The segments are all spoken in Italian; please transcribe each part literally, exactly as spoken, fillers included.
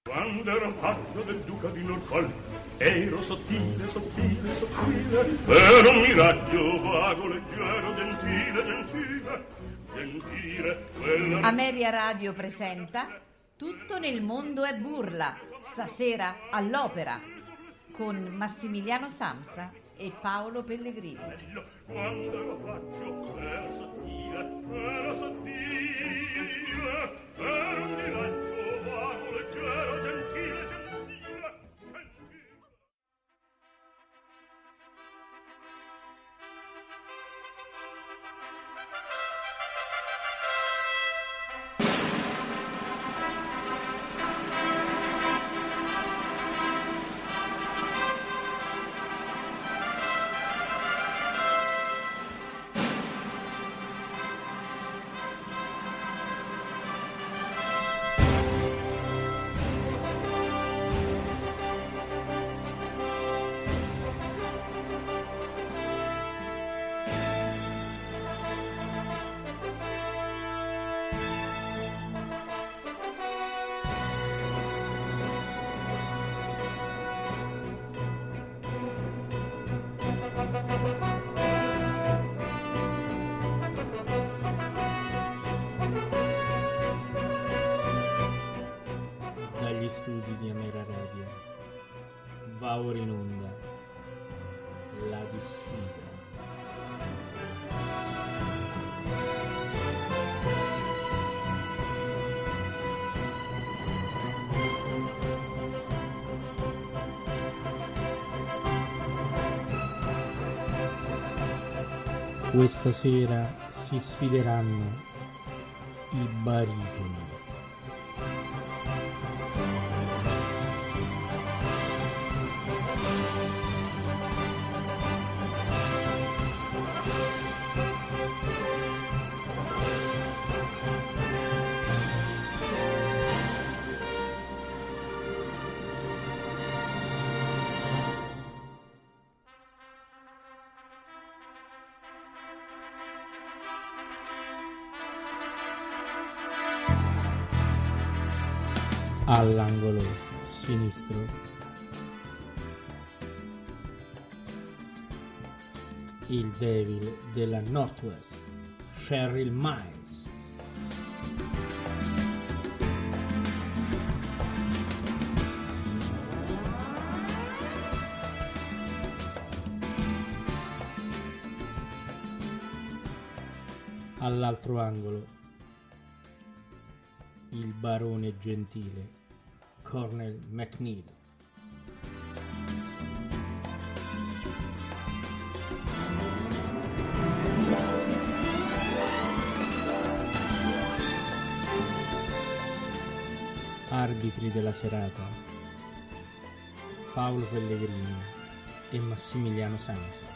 Quando ero paggio del duca di Norfolk, ero sottile, sottile, sottile, ero un miraggio vago, leggero, gentile, gentile, gentile. Quella... Ameria Radio presenta Tutto nel mondo è burla, stasera all'Opera, con Massimiliano Samsa e Paolo Pellegrini. Quando ero paggio, ero sottile, ero sottile, ero un miraggio vago, leggero, gentile, gentile, gentile. Dagli studi di Ameria Radio va ora in onda La Disfida. Questa sera si sfideranno i baritoni. All'angolo sinistro il Devil della Northwest, Cheryl Miles. All'altro angolo il barone gentile, Cornell McNeil. Arbitri della serata, Paolo Pellegrini e Massimiliano Sanza.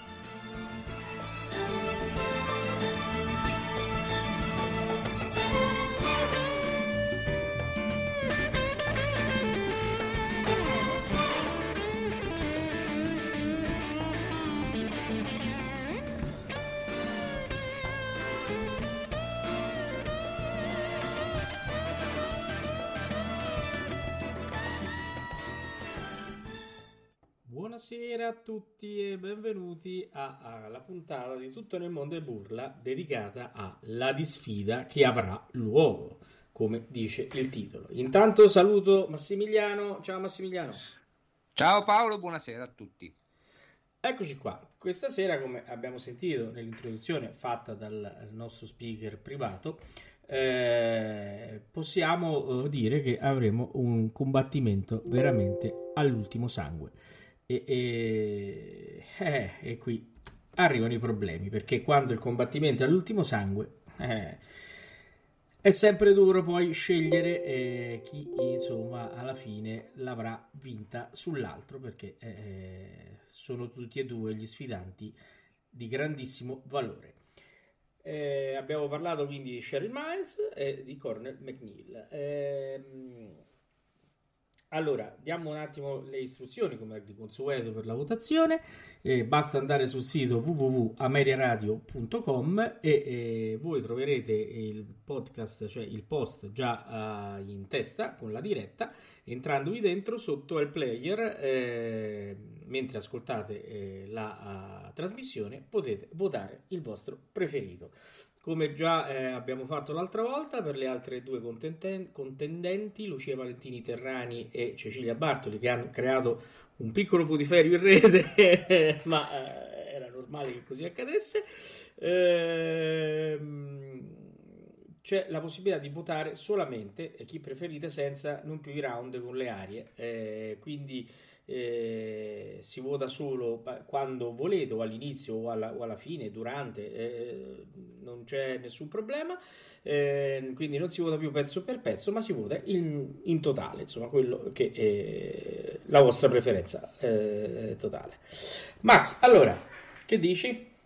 Buonasera a tutti e benvenuti alla puntata di Tutto nel mondo è burla dedicata alla disfida che avrà luogo, come dice il titolo. Intanto saluto Massimiliano. Ciao Massimiliano. Ciao Paolo, buonasera a tutti. Eccoci qua. Questa sera, come abbiamo sentito nell'introduzione fatta dal nostro speaker privato, eh, possiamo eh, dire che avremo un combattimento veramente all'ultimo sangue. E, e, eh, e qui arrivano i problemi, perché quando il combattimento è all'ultimo sangue eh, è sempre duro poi scegliere eh, chi insomma alla fine l'avrà vinta sull'altro, perché eh, sono tutti e due gli sfidanti di grandissimo valore. Eh, abbiamo parlato quindi di Cheryl Miles e di Cornell McNeil. Eh, Allora, diamo un attimo le istruzioni come di consueto per la votazione. Eh, basta andare sul sito w w w punto ameriaradio punto com e eh, voi troverete il podcast, cioè il post già uh, in testa con la diretta. Entrandovi dentro sotto al player, eh, mentre ascoltate eh, la uh, trasmissione, potete votare il vostro preferito. Come già eh, abbiamo fatto l'altra volta per le altre due contenten- contendenti, Lucia Valentini Terrani e Cecilia Bartoli, che hanno creato un piccolo putiferio in rete, ma eh, era normale che così accadesse. Ehm, c'è la possibilità di votare solamente chi preferite senza non più i round con le arie, eh, quindi eh, si vota solo quando volete o all'inizio o alla, o alla fine, durante, eh, non c'è nessun problema, eh, quindi non si vota più pezzo per pezzo, ma si vota in, in totale, insomma quello che è la vostra preferenza eh, totale. Max, allora, che dici?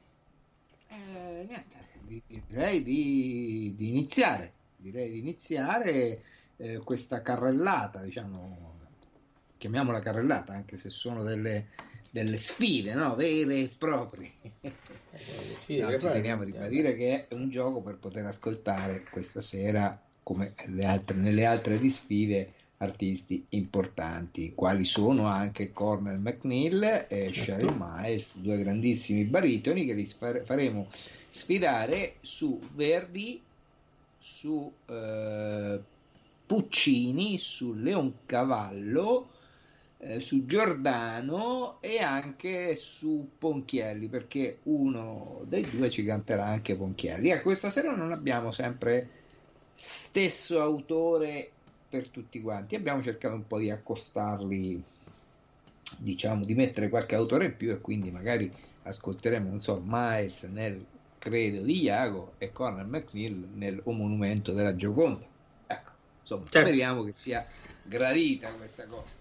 Eh, niente, direi di, di iniziare, direi di iniziare eh, questa carrellata, diciamo, chiamiamola carrellata, anche se sono delle, delle sfide, no? Vere e proprie. Le sfide no, che ci teniamo a ribadire che è un gioco per poter ascoltare questa sera, come le altre, nelle altre di sfide, artisti importanti, quali sono anche Cornell McNeil e certo. Cheryl Miles, due grandissimi baritoni che li faremo sfidare su Verdi, su eh, Puccini, su Leoncavallo, eh, su Giordano e anche su Ponchielli, perché uno dei due ci canterà anche Ponchielli. Ecco, questa sera non abbiamo sempre stesso autore per tutti quanti, abbiamo cercato un po' di accostarli, diciamo di mettere qualche autore in più, e quindi magari ascolteremo, non so, Miles nel Credo di Iago e Cornell McNeil nel O Monumento della Gioconda. Ecco, insomma, certo. Speriamo che sia gradita questa cosa.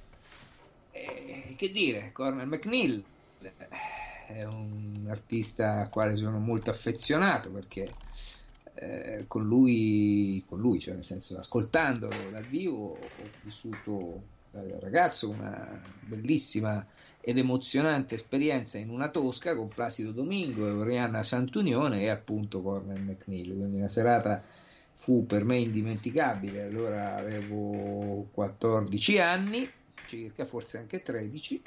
E, che dire, Cornell McNeil è un artista al quale sono molto affezionato, perché eh, con lui, con lui, cioè nel senso, ascoltandolo dal vivo, ho vissuto da ragazzo una bellissima ed emozionante esperienza in una Tosca con Placido Domingo e Oriana Santunione e appunto Cornell McNeil, quindi una serata fu per me indimenticabile. Allora avevo quattordici anni circa, forse anche tredici,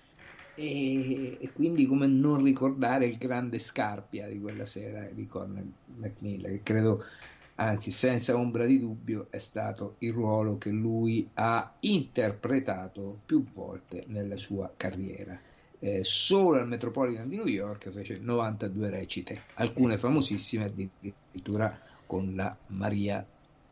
e, e quindi come non ricordare il grande Scarpia di quella sera di Cornell McNeil, che credo, anzi senza ombra di dubbio, è stato il ruolo che lui ha interpretato più volte nella sua carriera. Eh, solo al Metropolitan di New York fece novantadue recite, alcune famosissime addirittura con la Maria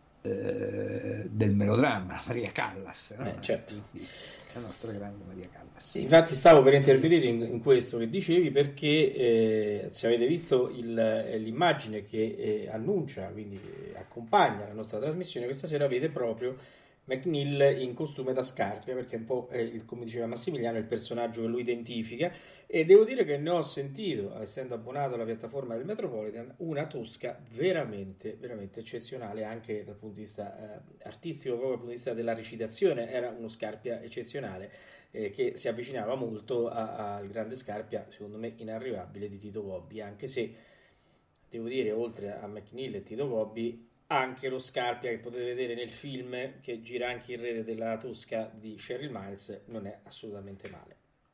eh, del melodramma, Maria Callas, no? eh, certo. La nostra grande Maria Callas. Sì, infatti stavo per intervenire in, in questo che dicevi, perché eh, se avete visto il, l'immagine che eh, annuncia, quindi che accompagna la nostra trasmissione, questa sera vede proprio McNeil in costume da Scarpia, perché è un po', eh, come diceva Massimiliano, il personaggio che lo identifica, e devo dire che ne ho sentito, essendo abbonato alla piattaforma del Metropolitan, una Tosca veramente, veramente eccezionale, anche dal punto di vista eh, artistico, proprio dal punto di vista della recitazione. Era uno Scarpia eccezionale, eh, che si avvicinava molto al grande Scarpia, secondo me inarrivabile, di Tito Gobbi, anche se, devo dire, oltre a McNeil e Tito Gobbi, anche lo Scarpia che potete vedere nel film, che gira anche in rete, della Tosca di Cheryl Miles, non è assolutamente male.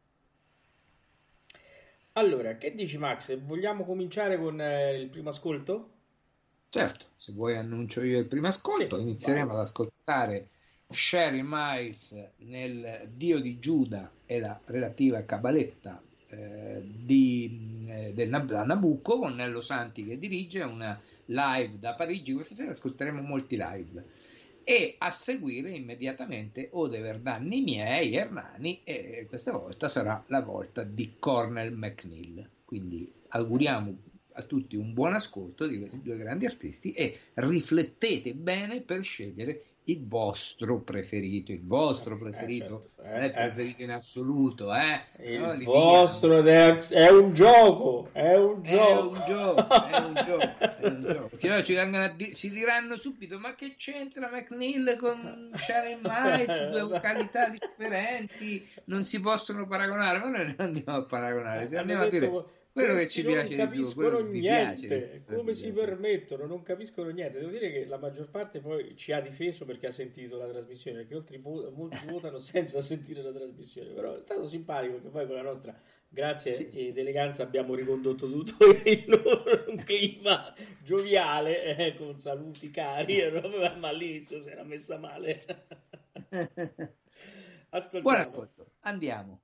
Allora, che dici Max? Vogliamo cominciare con eh, il primo ascolto? Certo, se vuoi annuncio io il primo ascolto. Sì, inizieremo vai. ad ascoltare Cheryl Miles nel Dio di Giuda e la relativa cabaletta eh, di, eh, del Nabucco, con Nello Santi che dirige una live da Parigi. Questa sera ascolteremo molti live, e a seguire immediatamente O de Verdanni miei, Hernani, e questa volta sarà la volta di Cornell McNeil. Quindi auguriamo a tutti un buon ascolto di questi due grandi artisti e riflettete bene per scegliere il vostro preferito, il vostro Eh, preferito, certo. non è Eh, il preferito in assoluto, eh? eh. No, Il li vostro diano. Dex è un gioco, è un È gioco. un gioco, è un gioco, è un gioco. Perché ora ci vengono a di- ci diranno subito: ma che c'entra McNeil con Sharon Miles? Due vocalità differenti, non si possono paragonare. Ma noi non andiamo a paragonare, se Hanno andiamo a dire detto quello che questi ci non piace di più, quello capiscono che vi piace di niente, più, quello che come vi si piace. permettono, non capiscono niente. Devo dire che la maggior parte poi ci ha difeso perché ha sentito la trasmissione, perché oltre vo- molti votano senza sentire la trasmissione, però è stato simpatico perché poi con la nostra grazia Sì. ed eleganza abbiamo ricondotto tutto in un clima gioviale, eh, con saluti cari, eh, ma all'inizio si era messa male. Buon Ascoltiamo. ascolto, andiamo.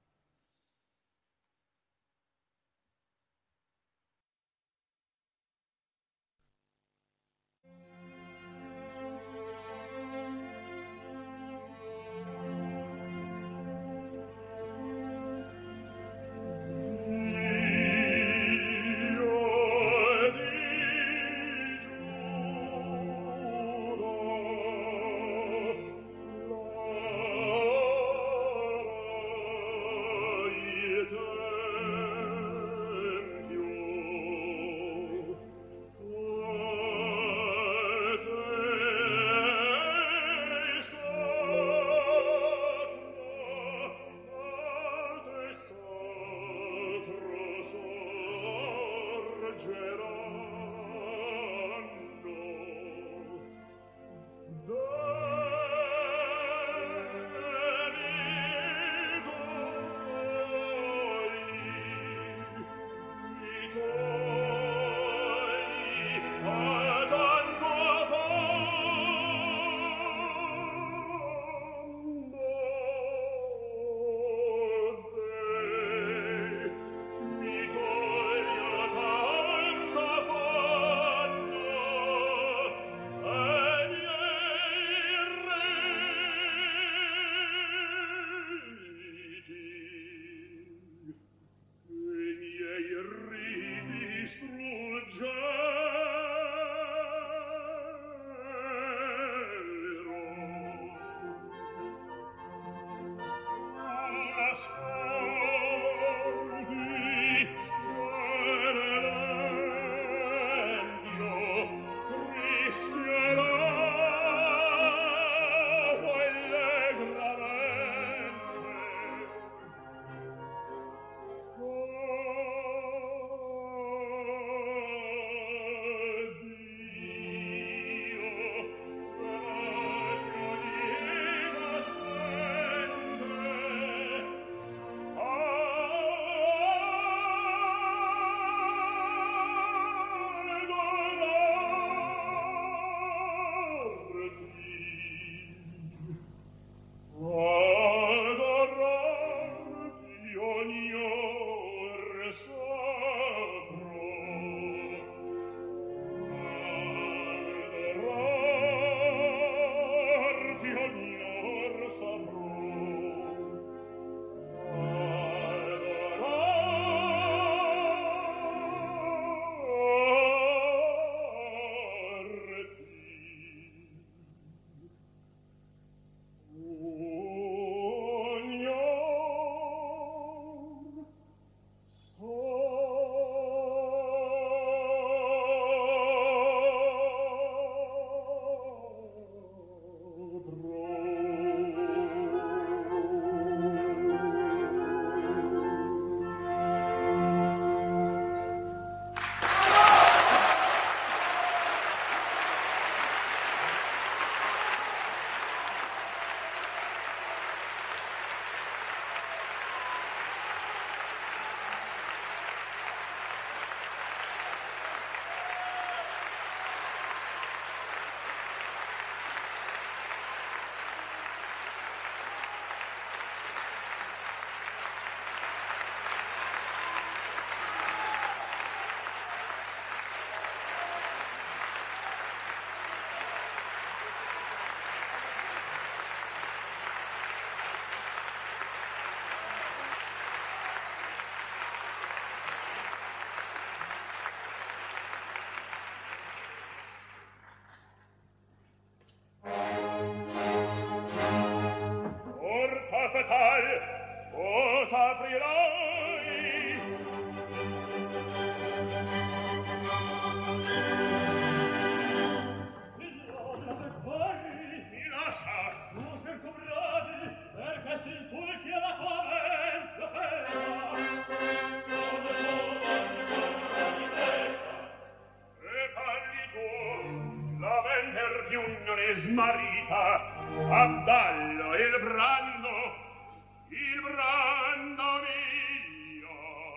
piugnone smarrita, a ballo il brando, il brando mio.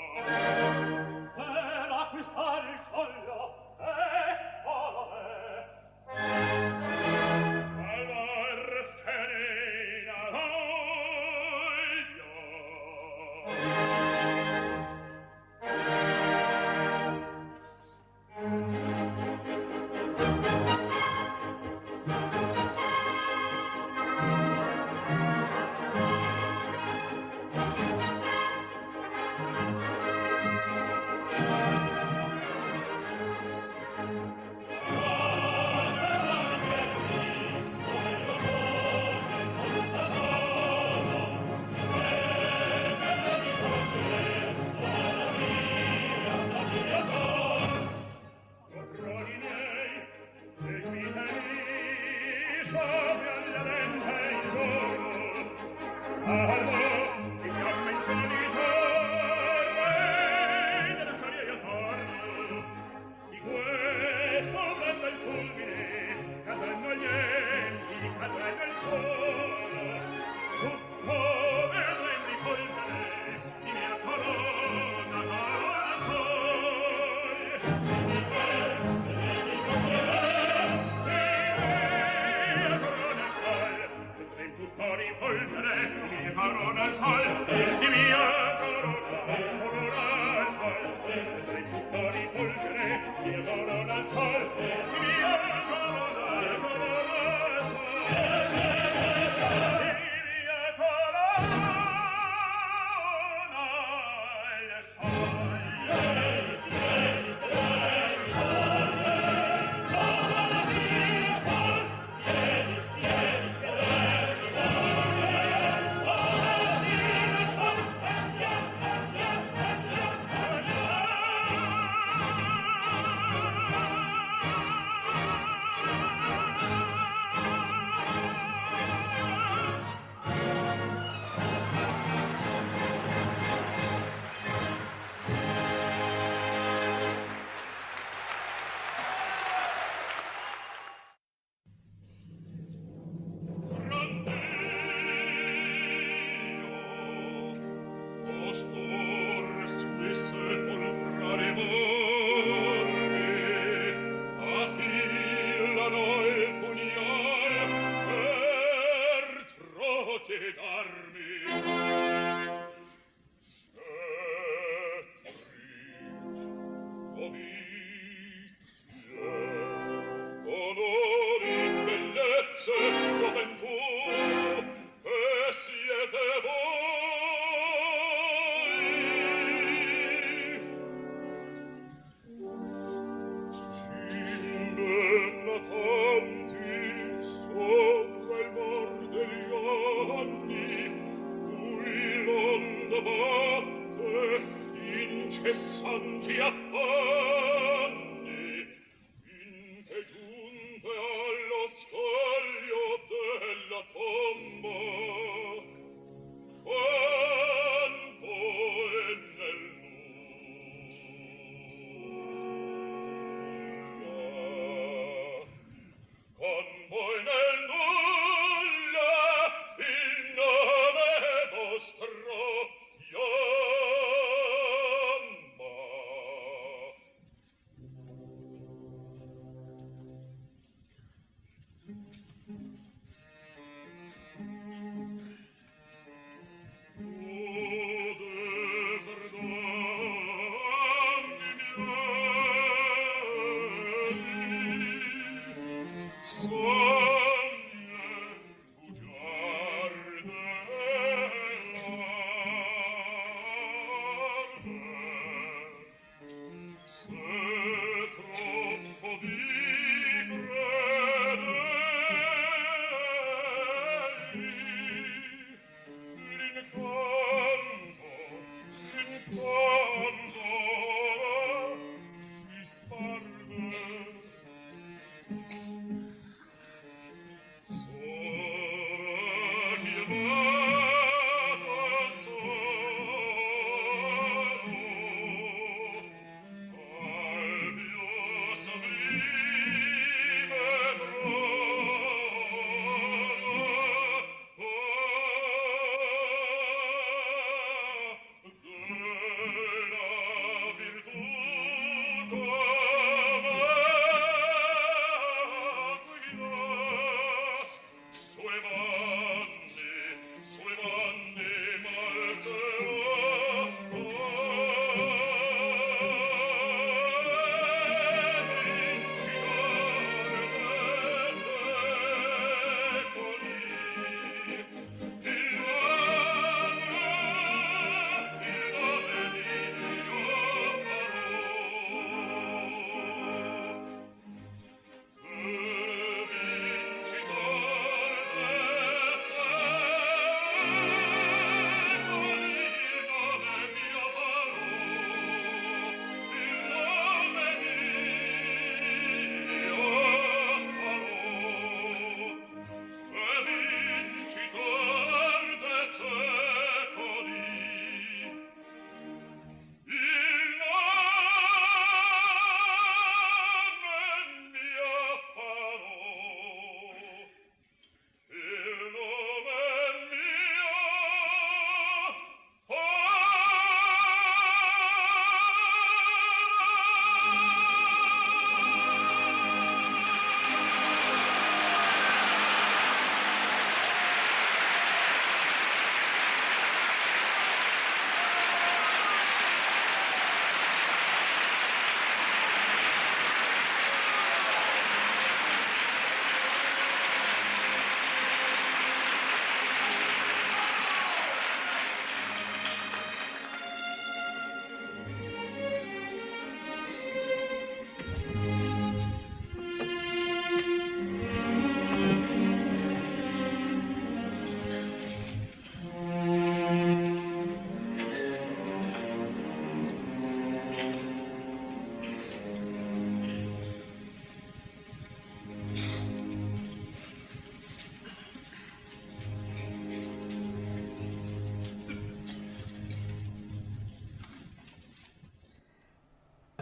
Per acquistare il foglio, eccolo me. Allor serena voglio.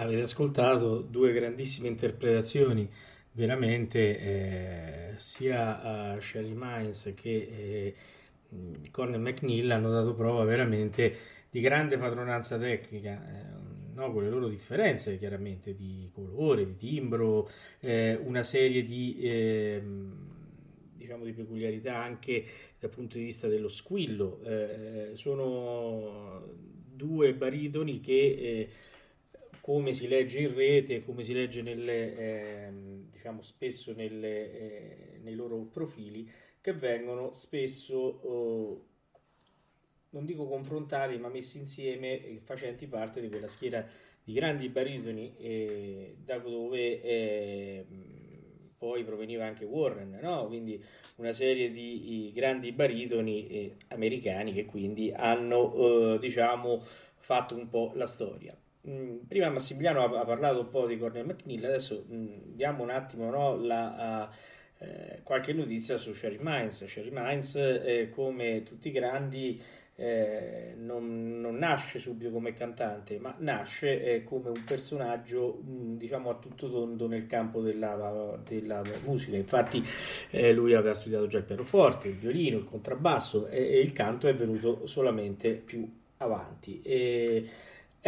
avete ascoltato due grandissime interpretazioni, veramente, eh, sia uh, Sherry Mines che eh, Cornell McNeil hanno dato prova veramente di grande padronanza tecnica, eh, no, con le loro differenze chiaramente di colore, di timbro, eh, una serie di, eh, diciamo, di peculiarità anche dal punto di vista dello squillo. Eh, sono due baritoni che, eh, come si legge in rete, come si legge nelle, eh, diciamo spesso nelle, eh, nei loro profili, che vengono spesso, oh, non dico confrontati, ma messi insieme, eh, facenti parte di quella schiera di grandi baritoni, eh, da dove eh, poi proveniva anche Warren, no? Quindi una serie di grandi baritoni eh, americani che quindi hanno, eh, diciamo, fatto un po' la storia. Mm, prima Massimiliano ha, ha parlato un po' di Cornell McNeil, adesso mm, diamo un attimo, no, la, a, eh, qualche notizia su Sherry Mines. Sherry Mines, eh, come tutti i grandi, eh, non, non nasce subito come cantante, ma nasce eh, come un personaggio, mh, diciamo, a tutto tondo nel campo della, della musica. Infatti eh, lui aveva studiato già il pianoforte, il violino, il contrabbasso, e, e il canto è venuto solamente più avanti. E, e,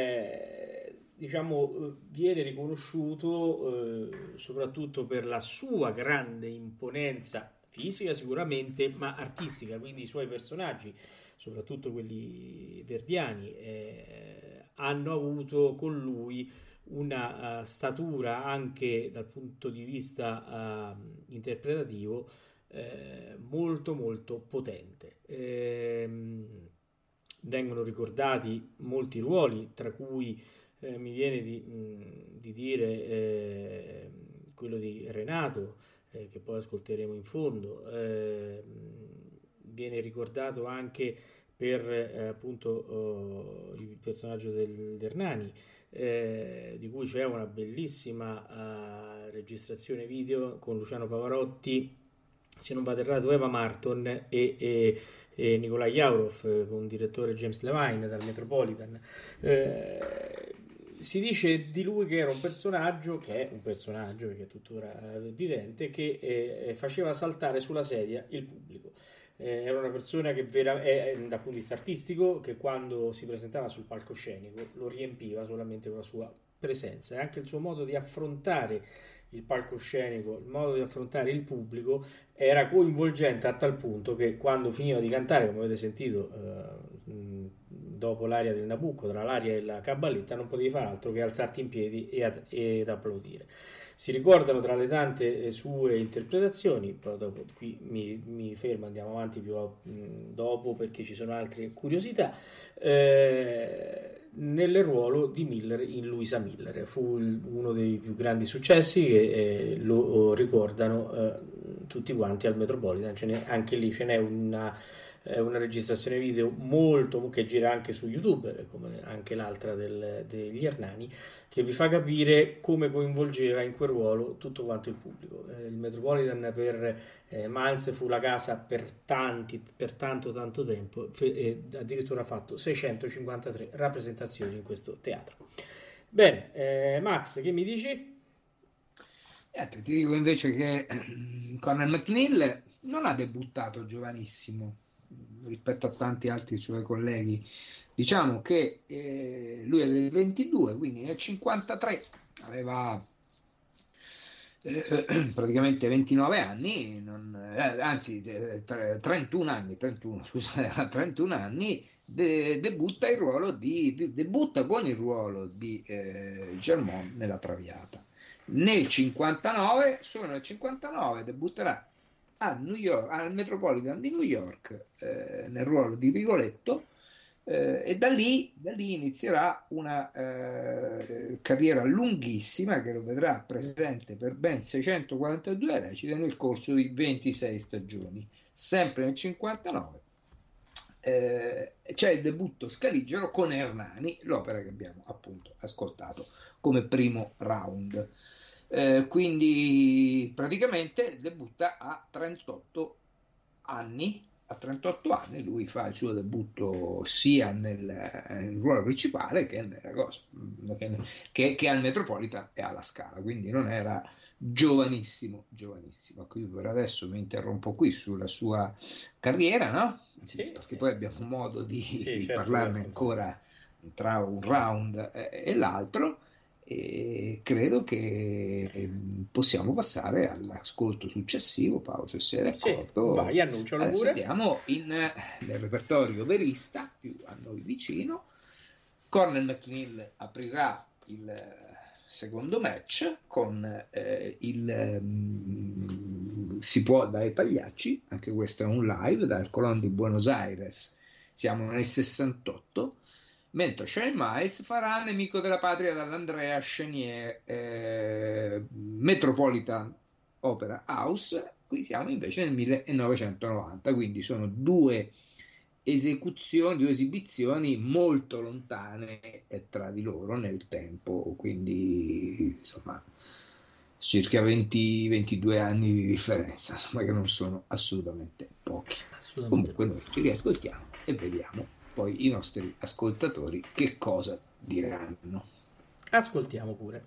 e, diciamo, viene riconosciuto eh, soprattutto per la sua grande imponenza fisica sicuramente, ma artistica, quindi i suoi personaggi, soprattutto quelli verdiani, eh, hanno avuto con lui una uh, statura anche dal punto di vista uh, interpretativo eh, molto molto potente. Ehm, vengono ricordati molti ruoli, tra cui eh, mi viene di, mh, di dire eh, quello di Renato, eh, che poi ascolteremo in fondo. Eh, viene ricordato anche per eh, appunto oh, il personaggio del Hernani, eh, di cui c'è una bellissima uh, registrazione video con Luciano Pavarotti, se non vado errato Eva Marton e, e, e Nikolai Jaurov, con il direttore James Levine dal Metropolitan. Eh, si dice di lui che era un personaggio, che è un personaggio perché è tuttora vivente, che eh, faceva saltare sulla sedia il pubblico. Eh, era una persona che vera, è, dal punto di vista artistico, che quando si presentava sul palcoscenico lo riempiva solamente con la sua presenza, e anche il suo modo di affrontare il palcoscenico, il modo di affrontare il pubblico era coinvolgente a tal punto che quando finiva di cantare, come avete sentito eh, dopo l'aria del Nabucco, tra l'aria e la caballetta, non potevi fare altro che alzarti in piedi e ad, ed applaudire. Si ricordano tra le tante sue interpretazioni, poi dopo qui mi, mi fermo, andiamo avanti più a, mh, dopo perché ci sono altre curiosità, eh, nel ruolo di Miller in Luisa Miller. Fu il, uno dei più grandi successi che eh, lo ricordano eh, tutti quanti al Metropolitan. Ce n'è, anche lì ce n'è una, eh, una registrazione video molto, che gira anche su YouTube, come anche l'altra del, degli Hernani, che vi fa capire come coinvolgeva in quel ruolo tutto quanto il pubblico. Eh, il Metropolitan per eh, Miles fu la casa per tanti, per tanto tanto tempo, e addirittura ha fatto seicentocinquantatré rappresentazioni in questo teatro. Bene, eh, Max, che mi dici? Eh, ti dico invece che Cornell McNeil non ha debuttato giovanissimo rispetto a tanti altri suoi colleghi. Diciamo che eh, lui è del ventidue, quindi nel cinquantatré aveva eh, praticamente ventinove anni, non, eh, anzi eh, trentuno anni, trentuno, scusate, trentuno anni, de- debutta il ruolo di, de- debutta con il ruolo di eh, Germont nella Traviata. Nel cinquantanove, solo nel cinquantanove, debutterà a New York, al Metropolitan di New York eh, nel ruolo di Rigoletto. Eh, e da lì, da lì inizierà una eh, carriera lunghissima che lo vedrà presente per ben seicentoquarantadue recite nel corso di ventisei stagioni. Sempre nel cinquantanove eh, c'è il debutto scaligero con Hernani, l'opera che abbiamo appunto ascoltato come primo round. Eh, quindi praticamente debutta a trentotto anni, a trentotto anni lui fa il suo debutto sia nel, nel ruolo principale che, nella cosa, che, che, che al Metropolitan e alla Scala, quindi non era giovanissimo, giovanissimo. Qui per adesso mi interrompo qui sulla sua carriera, no? Sì, perché sì. poi abbiamo modo di Sì, certo, parlarne certo. ancora tra un round e, e l'altro, e credo che possiamo passare all'ascolto successivo, Paolo, se sei d'accordo. Sì, vai, annuncialo Adesso pure. andiamo in, nel repertorio verista, più a noi vicino. Cornell McNeil aprirà il secondo match con eh, il um, Si può dai Pagliacci, anche questo è un live dal Colón di Buenos Aires, siamo nel sessantotto, mentre Shane Miles farà Nemico della Patria dall'Andrea Chenier eh, Metropolitan Opera House. Qui siamo invece nel millenovecentonovanta, quindi sono due esecuzioni, due esibizioni molto lontane tra di loro nel tempo, quindi insomma circa venti ventidue anni di differenza, insomma, che non sono assolutamente pochi. Assolutamente. Comunque noi ci riascoltiamo e vediamo poi i nostri ascoltatori che cosa diranno. Ascoltiamo pure.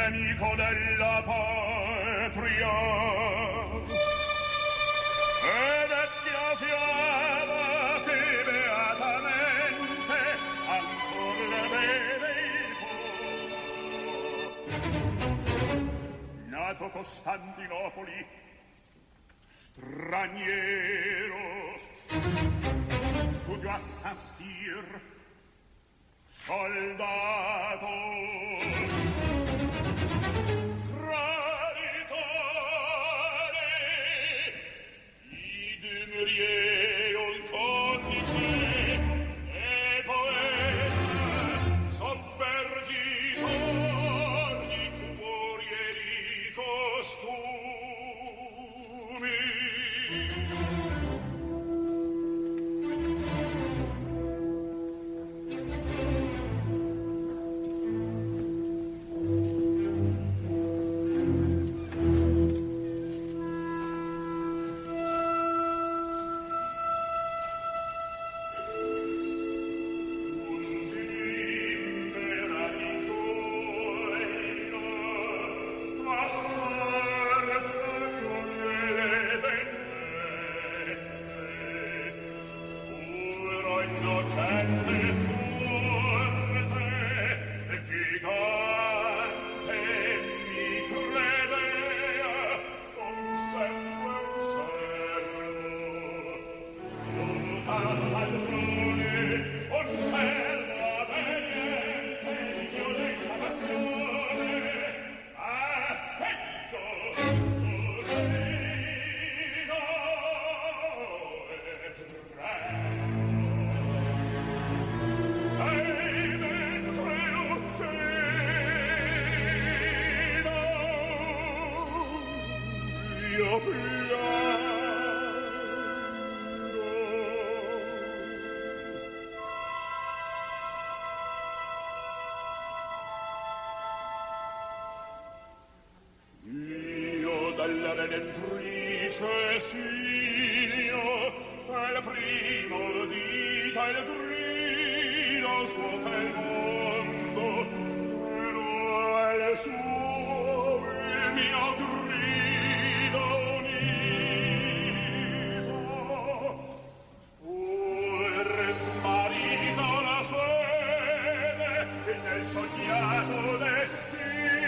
nemico della patria. Ed è che fiaba che beatamente ancor le beve il po'. Nato Costantinopoli, straniero, studio a San Sir, soldato, traditore, idemrier un connice e poeta, sovvertitor di cuori e di costumi. La Redentrice figlio, al primo dita il grido suo pel mondo, però al suo il mio grido unito. Fu smarrito la fede nel sognato destino.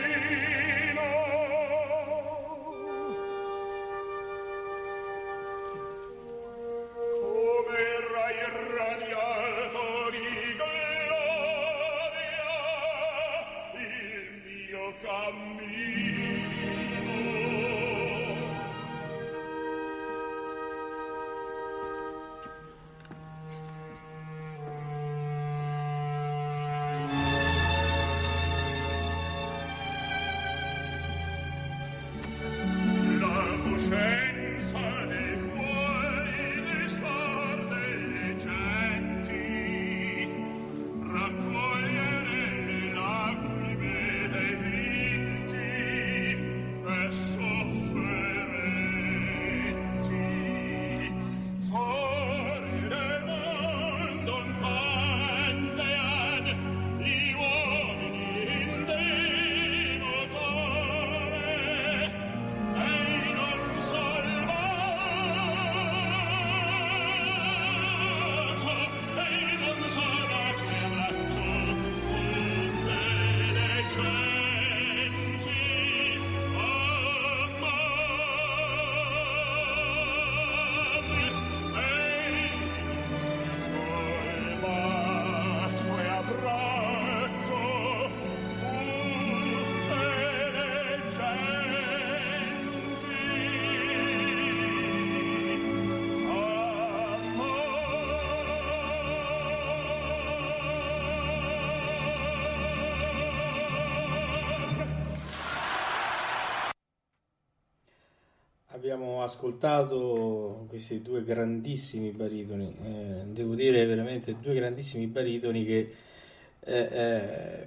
Abbiamo ascoltato questi due grandissimi baritoni, eh, devo dire veramente due grandissimi baritoni che eh, eh,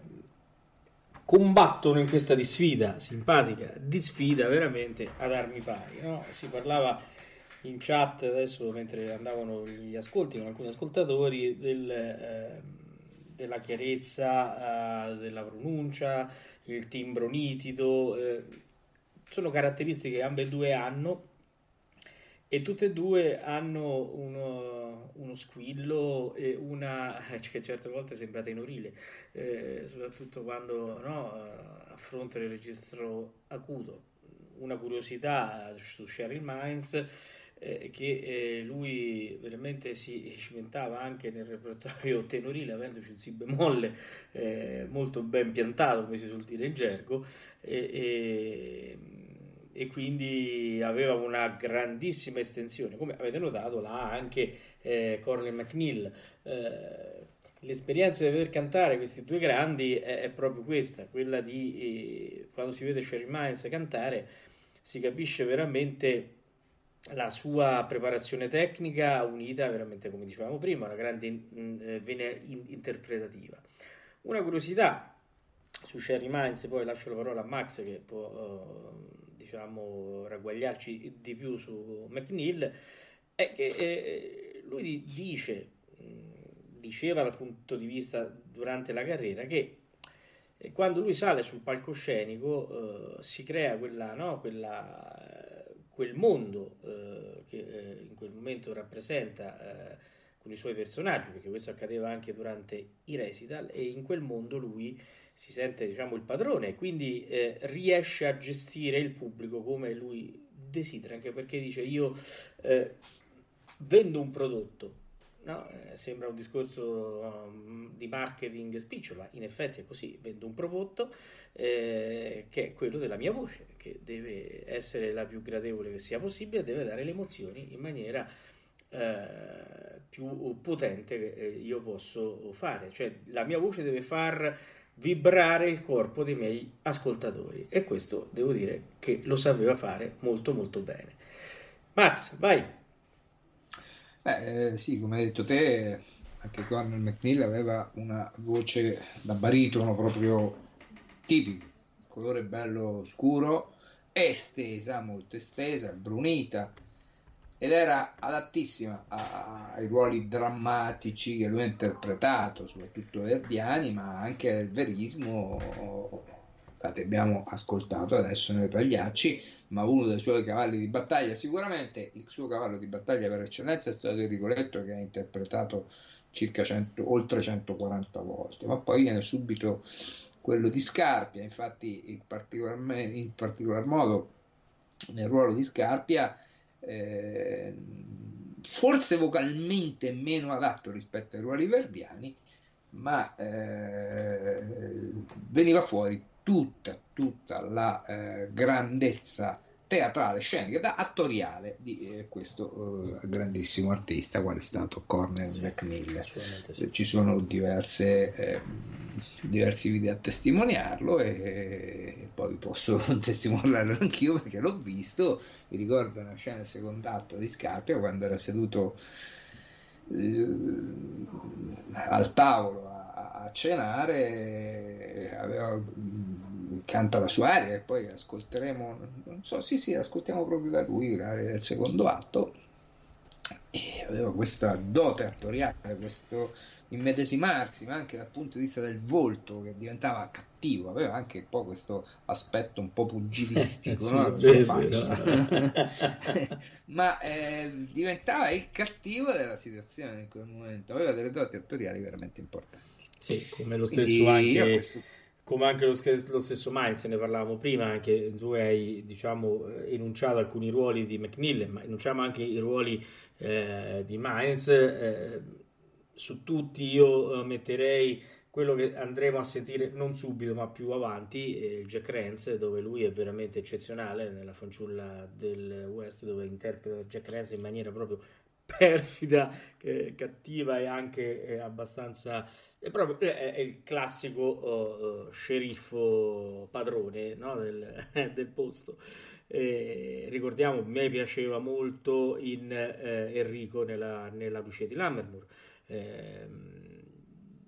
combattono in questa disfida simpatica, disfida veramente ad armi pari, no? Si parlava in chat adesso mentre andavano gli ascolti con alcuni ascoltatori del, eh, la chiarezza uh, della pronuncia, il timbro nitido, eh, sono caratteristiche che ambedue hanno, e tutte e due hanno uno, uno squillo e una che certe volte sembra tenorile, eh, soprattutto quando, no, affrontano il registro acuto. Una curiosità su Cheryl Mines, eh, che eh, lui veramente si cimentava anche nel repertorio tenorile, avendoci un si bemolle eh, molto ben piantato, come si suol dire in gergo, e, e e quindi aveva una grandissima estensione, come avete notato là anche eh, Cornell McNeil. Eh, l'esperienza di veder cantare questi due grandi è, è proprio questa, quella di eh, quando si vede Cheryl Mines cantare si capisce veramente la sua preparazione tecnica unita veramente, come dicevamo prima, a una grande in, eh, vena in, interpretativa. Una curiosità su Cheryl Mines, poi lascio la parola a Max che può uh, diciamo ragguagliarci di più su McNeil, è che eh, lui dice, diceva dal punto di vista durante la carriera che eh, quando lui sale sul palcoscenico eh, si crea quella, no, quella, quel mondo eh, che eh, in quel momento rappresenta eh, con i suoi personaggi, perché questo accadeva anche durante i recital, e in quel mondo lui si sente, diciamo, il padrone, e quindi eh, riesce a gestire il pubblico come lui desidera, anche perché dice io eh, vendo un prodotto, no? Eh, sembra un discorso um, di marketing spicciolo, ma in effetti è così, vendo un prodotto eh, che è quello della mia voce, che deve essere la più gradevole che sia possibile, deve dare le emozioni in maniera eh, più potente che io posso fare, cioè la mia voce deve far vibrare il corpo dei miei ascoltatori, e questo devo dire che lo sapeva fare molto molto bene. Max, vai. Beh, eh, sì, come hai detto te, anche Cornell McNeil aveva una voce da baritono proprio tipica, colore bello scuro, estesa, molto estesa, brunita, ed era adattissima a, ai ruoli drammatici che lui ha interpretato, soprattutto verdiani, ma anche il verismo. Infatti abbiamo ascoltato adesso nei Pagliacci, ma uno dei suoi cavalli di battaglia, sicuramente il suo cavallo di battaglia per eccellenza, è stato il Rigoletto, che ha interpretato circa cento, oltre centoquaranta volte, ma poi viene subito quello di Scarpia. Infatti in particolar, in particolar modo nel ruolo di Scarpia, Eh, forse vocalmente meno adatto rispetto ai ruoli verdiani, ma eh, veniva fuori tutta, tutta la eh, grandezza teatrale, scenica, da attoriale di eh, questo eh, grandissimo artista qual è stato Cornell sì, McNeil. Sì. Ci sono diverse, eh, diversi video a testimoniarlo, e, e poi posso testimoniarlo anch'io perché l'ho visto. Mi ricordo una scena del secondo atto di Scarpia, quando era seduto eh, al tavolo a, a cenare, aveva, canta la sua aria, e poi ascolteremo, non so, sì sì, ascoltiamo proprio da lui l'aria del secondo atto, e aveva questa dote attoriale, questo immedesimarsi, ma anche dal punto di vista del volto, che diventava cattivo, aveva anche un po' questo aspetto un po' pugilistico, sì, no? Beh, ma eh, diventava il cattivo della situazione in quel momento, aveva delle doti attoriali veramente importanti. Sì, come lo stesso Quindi, anche questo... come anche lo, lo stesso Mines, ne parlavamo prima, anche tu hai, diciamo, enunciato alcuni ruoli di McNeil, ma enunciamo anche i ruoli eh, di Mines. eh, Su tutti io uh, metterei quello che andremo a sentire non subito ma più avanti, eh, Jack Rance, dove lui è veramente eccezionale nella Fanciulla del West, dove interpreta Jack Rance in maniera proprio perfida, eh, cattiva e anche eh, abbastanza è proprio è, è il classico uh, uh, sceriffo padrone, no? del, del posto. Eh, ricordiamo, a me piaceva molto in eh, Enrico nella, nella Lucia di Lammermoor. Eh,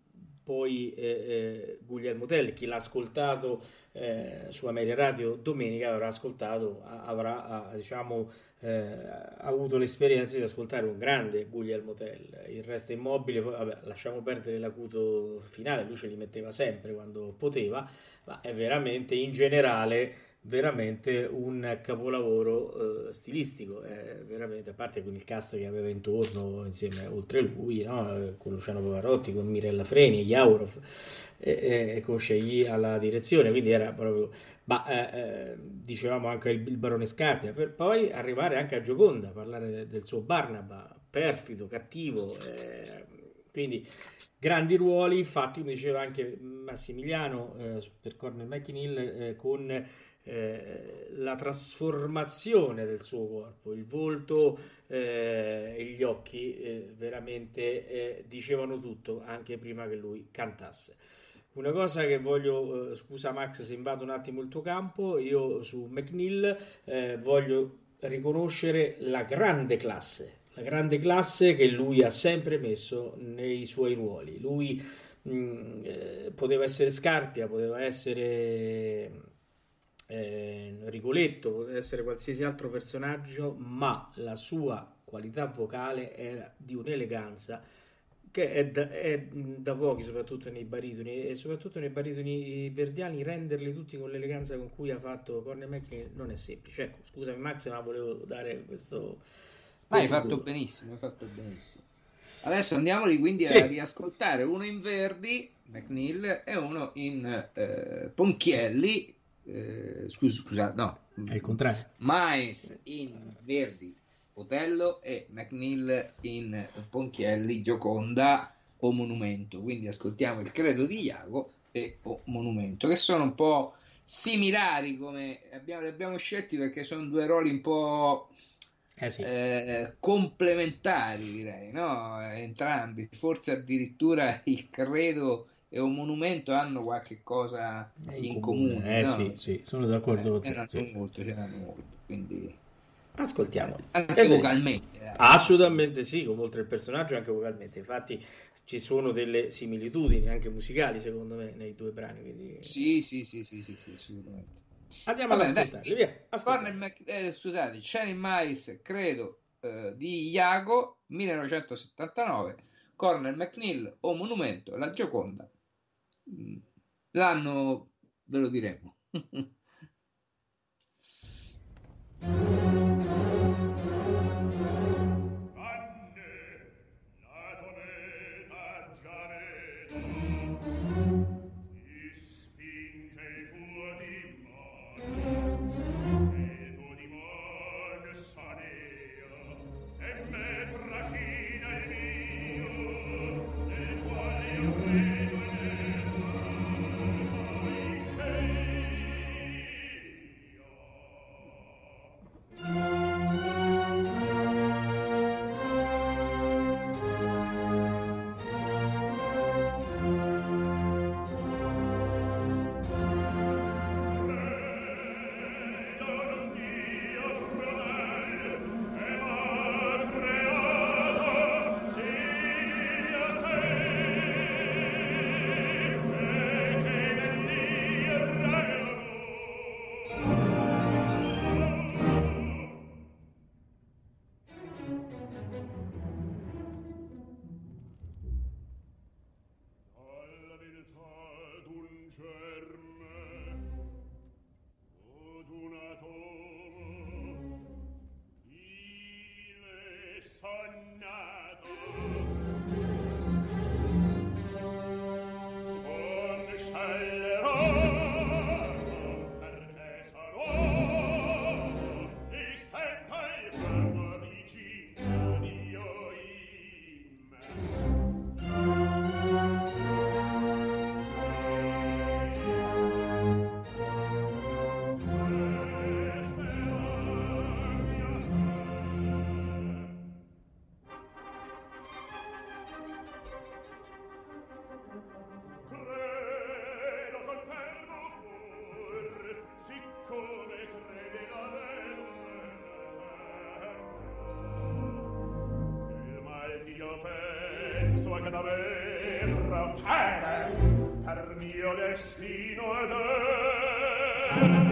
poi eh, eh, Guglielmo Tell, chi l'ha ascoltato eh, su Ameria Radio domenica avrà ascoltato, avrà ha, diciamo eh, avuto l'esperienza di ascoltare un grande Guglielmo Tell. Il resto è immobile, poi, vabbè, lasciamo perdere l'acuto finale, lui ce li metteva sempre quando poteva, ma è veramente in generale veramente un capolavoro eh, stilistico, è veramente, a parte con il cast che aveva intorno insieme oltre lui, no? Con Luciano Pavarotti, con Mirella Freni, Jaurov e, e con Scegli alla direzione, quindi era proprio, ma eh, eh, dicevamo anche il, il Barone Scarpia, per poi arrivare anche a Gioconda, parlare de, del suo Barnaba, perfido, cattivo, eh, quindi grandi ruoli. Infatti, come diceva anche Massimiliano eh, per Cornell McNeil, eh, con Eh, la trasformazione del suo corpo, il volto eh, e gli occhi eh, veramente eh, dicevano tutto anche prima che lui cantasse. Una cosa che voglio, eh, scusa Max se invado un attimo il tuo campo, io su McNeil eh, voglio riconoscere la grande classe, la grande classe che lui ha sempre messo nei suoi ruoli. Lui mh, eh, poteva essere Scarpia, poteva essere Eh, Rigoletto, poteva essere qualsiasi altro personaggio, ma la sua qualità vocale era di un'eleganza che è da, è da pochi, soprattutto nei baritoni, e soprattutto nei baritoni verdiani renderli tutti con l'eleganza con cui ha fatto Cornell McNeil non è semplice. Ecco, scusami Max, ma volevo dare questo. Ma hai fatto benissimo, hai fatto benissimo. Adesso andiamoli quindi sì. a riascoltare uno in Verdi, McNeil, e uno in eh, Ponchielli. Eh, scusa, scusa, no, è il contrario. Miles in Verdi, Otello, e McNeil in Ponchielli, Gioconda o Monumento. Quindi ascoltiamo il Credo di Iago e o Monumento, che sono un po' similari, come abbiamo, li abbiamo scelti perché sono due ruoli un po' eh sì. eh, complementari, direi, no? Entrambi, forse addirittura il Credo e un Monumento hanno qualche cosa in, in comune, comune eh no? sì, sì, sono d'accordo eh, con te, sì. molto, ce n'hanno molto, quindi ascoltiamoli anche eh vocalmente eh. Assolutamente sì, come oltre il personaggio anche vocalmente, infatti ci sono delle similitudini anche musicali secondo me nei due brani, quindi... sì sì sì sì sì, sì assolutamente. Andiamo Vabbè, ad ascoltarli, via, Cornell Mac... eh, scusate, Channing Miles, Credo eh, di Iago millenovecentosettantanove, Cornell McNeil o Monumento, La Gioconda. L'anno ve lo diremo. Io penso anche da me terra cere per mio destino ed è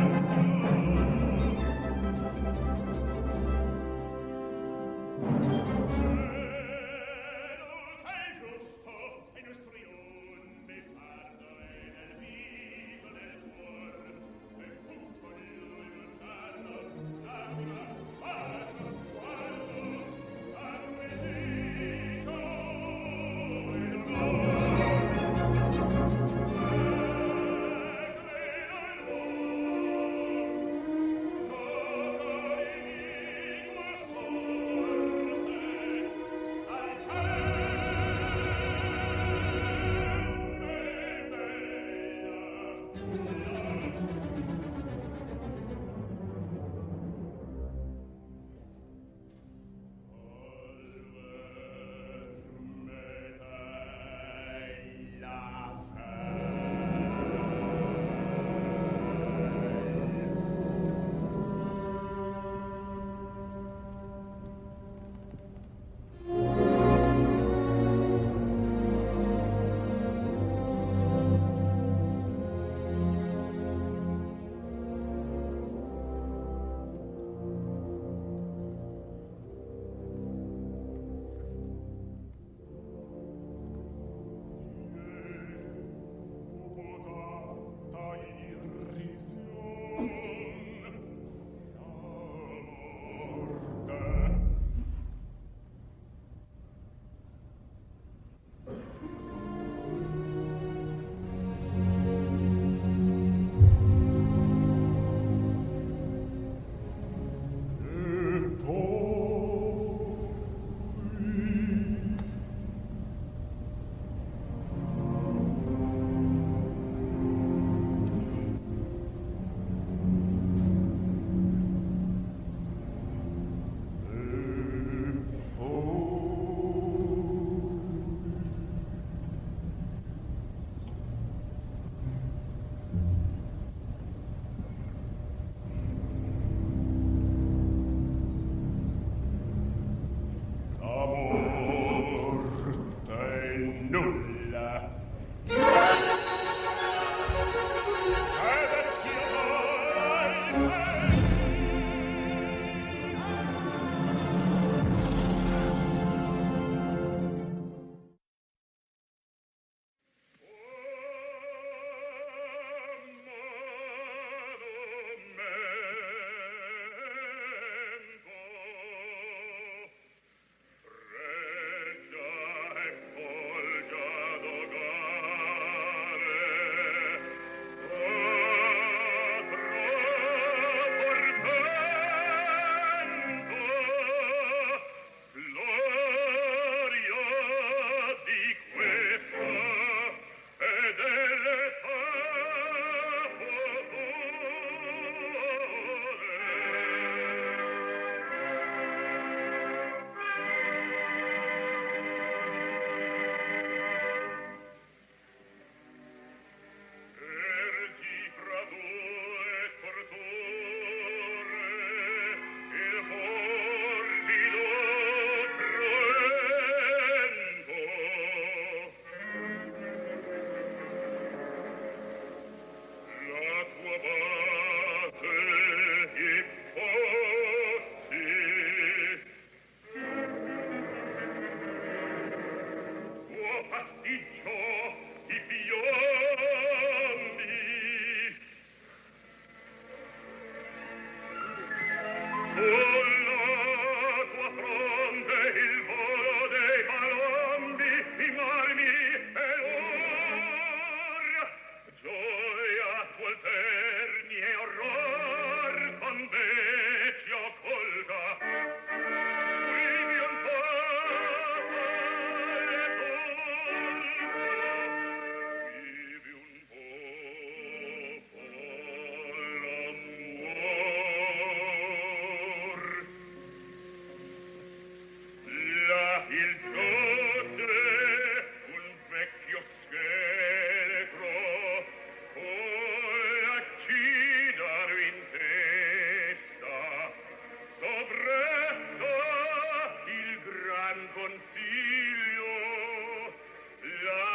consiglio la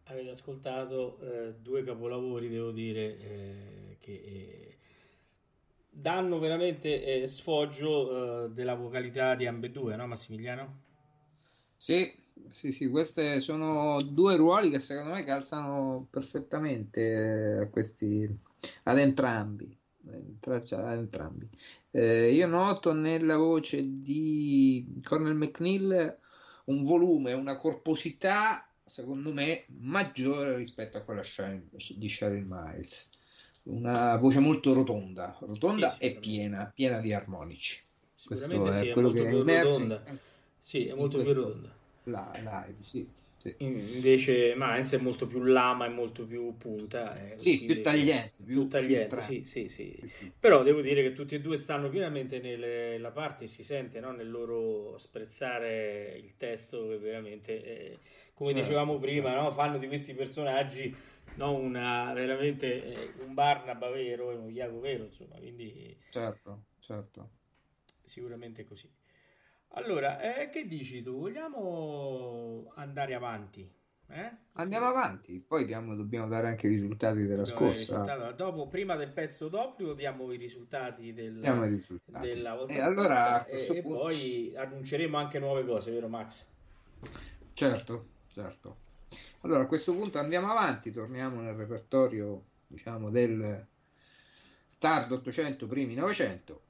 avete ascoltato eh, due capolavori, devo dire, eh, che eh, danno veramente eh, sfoggio eh, della vocalità di ambedue, no Massimiliano? Sì, sì, sì, queste sono due ruoli che secondo me calzano perfettamente eh, a questi, ad entrambi, eh, cioè, ad entrambi. Eh, io noto nella voce di Cornel McNeil un volume, una corposità, secondo me, maggiore rispetto a quella Sharon- di Sharon Miles. Una voce molto rotonda, Sì, rotonda e sicuramente. piena, piena di armonici. Sicuramente Questo sì, è è quello molto che più emerge rotonda. in, Sì, è in molto più questo rotonda. la- live, sì, sì. Invece Mainz è molto più lama e molto più punta, eh, Sì, qui più invece tagliente, più più tagliente, filtrante. sì, sì, sì. Più filtrante. Però devo dire che tutti e due stanno pienamente nella parte, si sente, no, nel loro sprezzare il testo che veramente, eh, come Certo, dicevamo prima, certo. no, fanno di questi personaggi, no, una, veramente eh, un Barnaba vero e uno Iago vero, insomma, quindi Certo, certo. sicuramente così. Allora, eh, che dici tu? Vogliamo andare avanti? Eh? Andiamo Sì. avanti, poi diamo- dobbiamo dare anche i risultati della Dobbiamo avere il scorsa. risultato. Dopo, prima del pezzo doppio, diamo i risultati Diamo del- i risultati. della E volta allora scorsa a e, questo e punto, poi annunceremo anche nuove cose, vero Max? certo, certo. Allora a questo punto andiamo avanti, torniamo nel repertorio, diciamo, del tardo ottocento, primi novecento.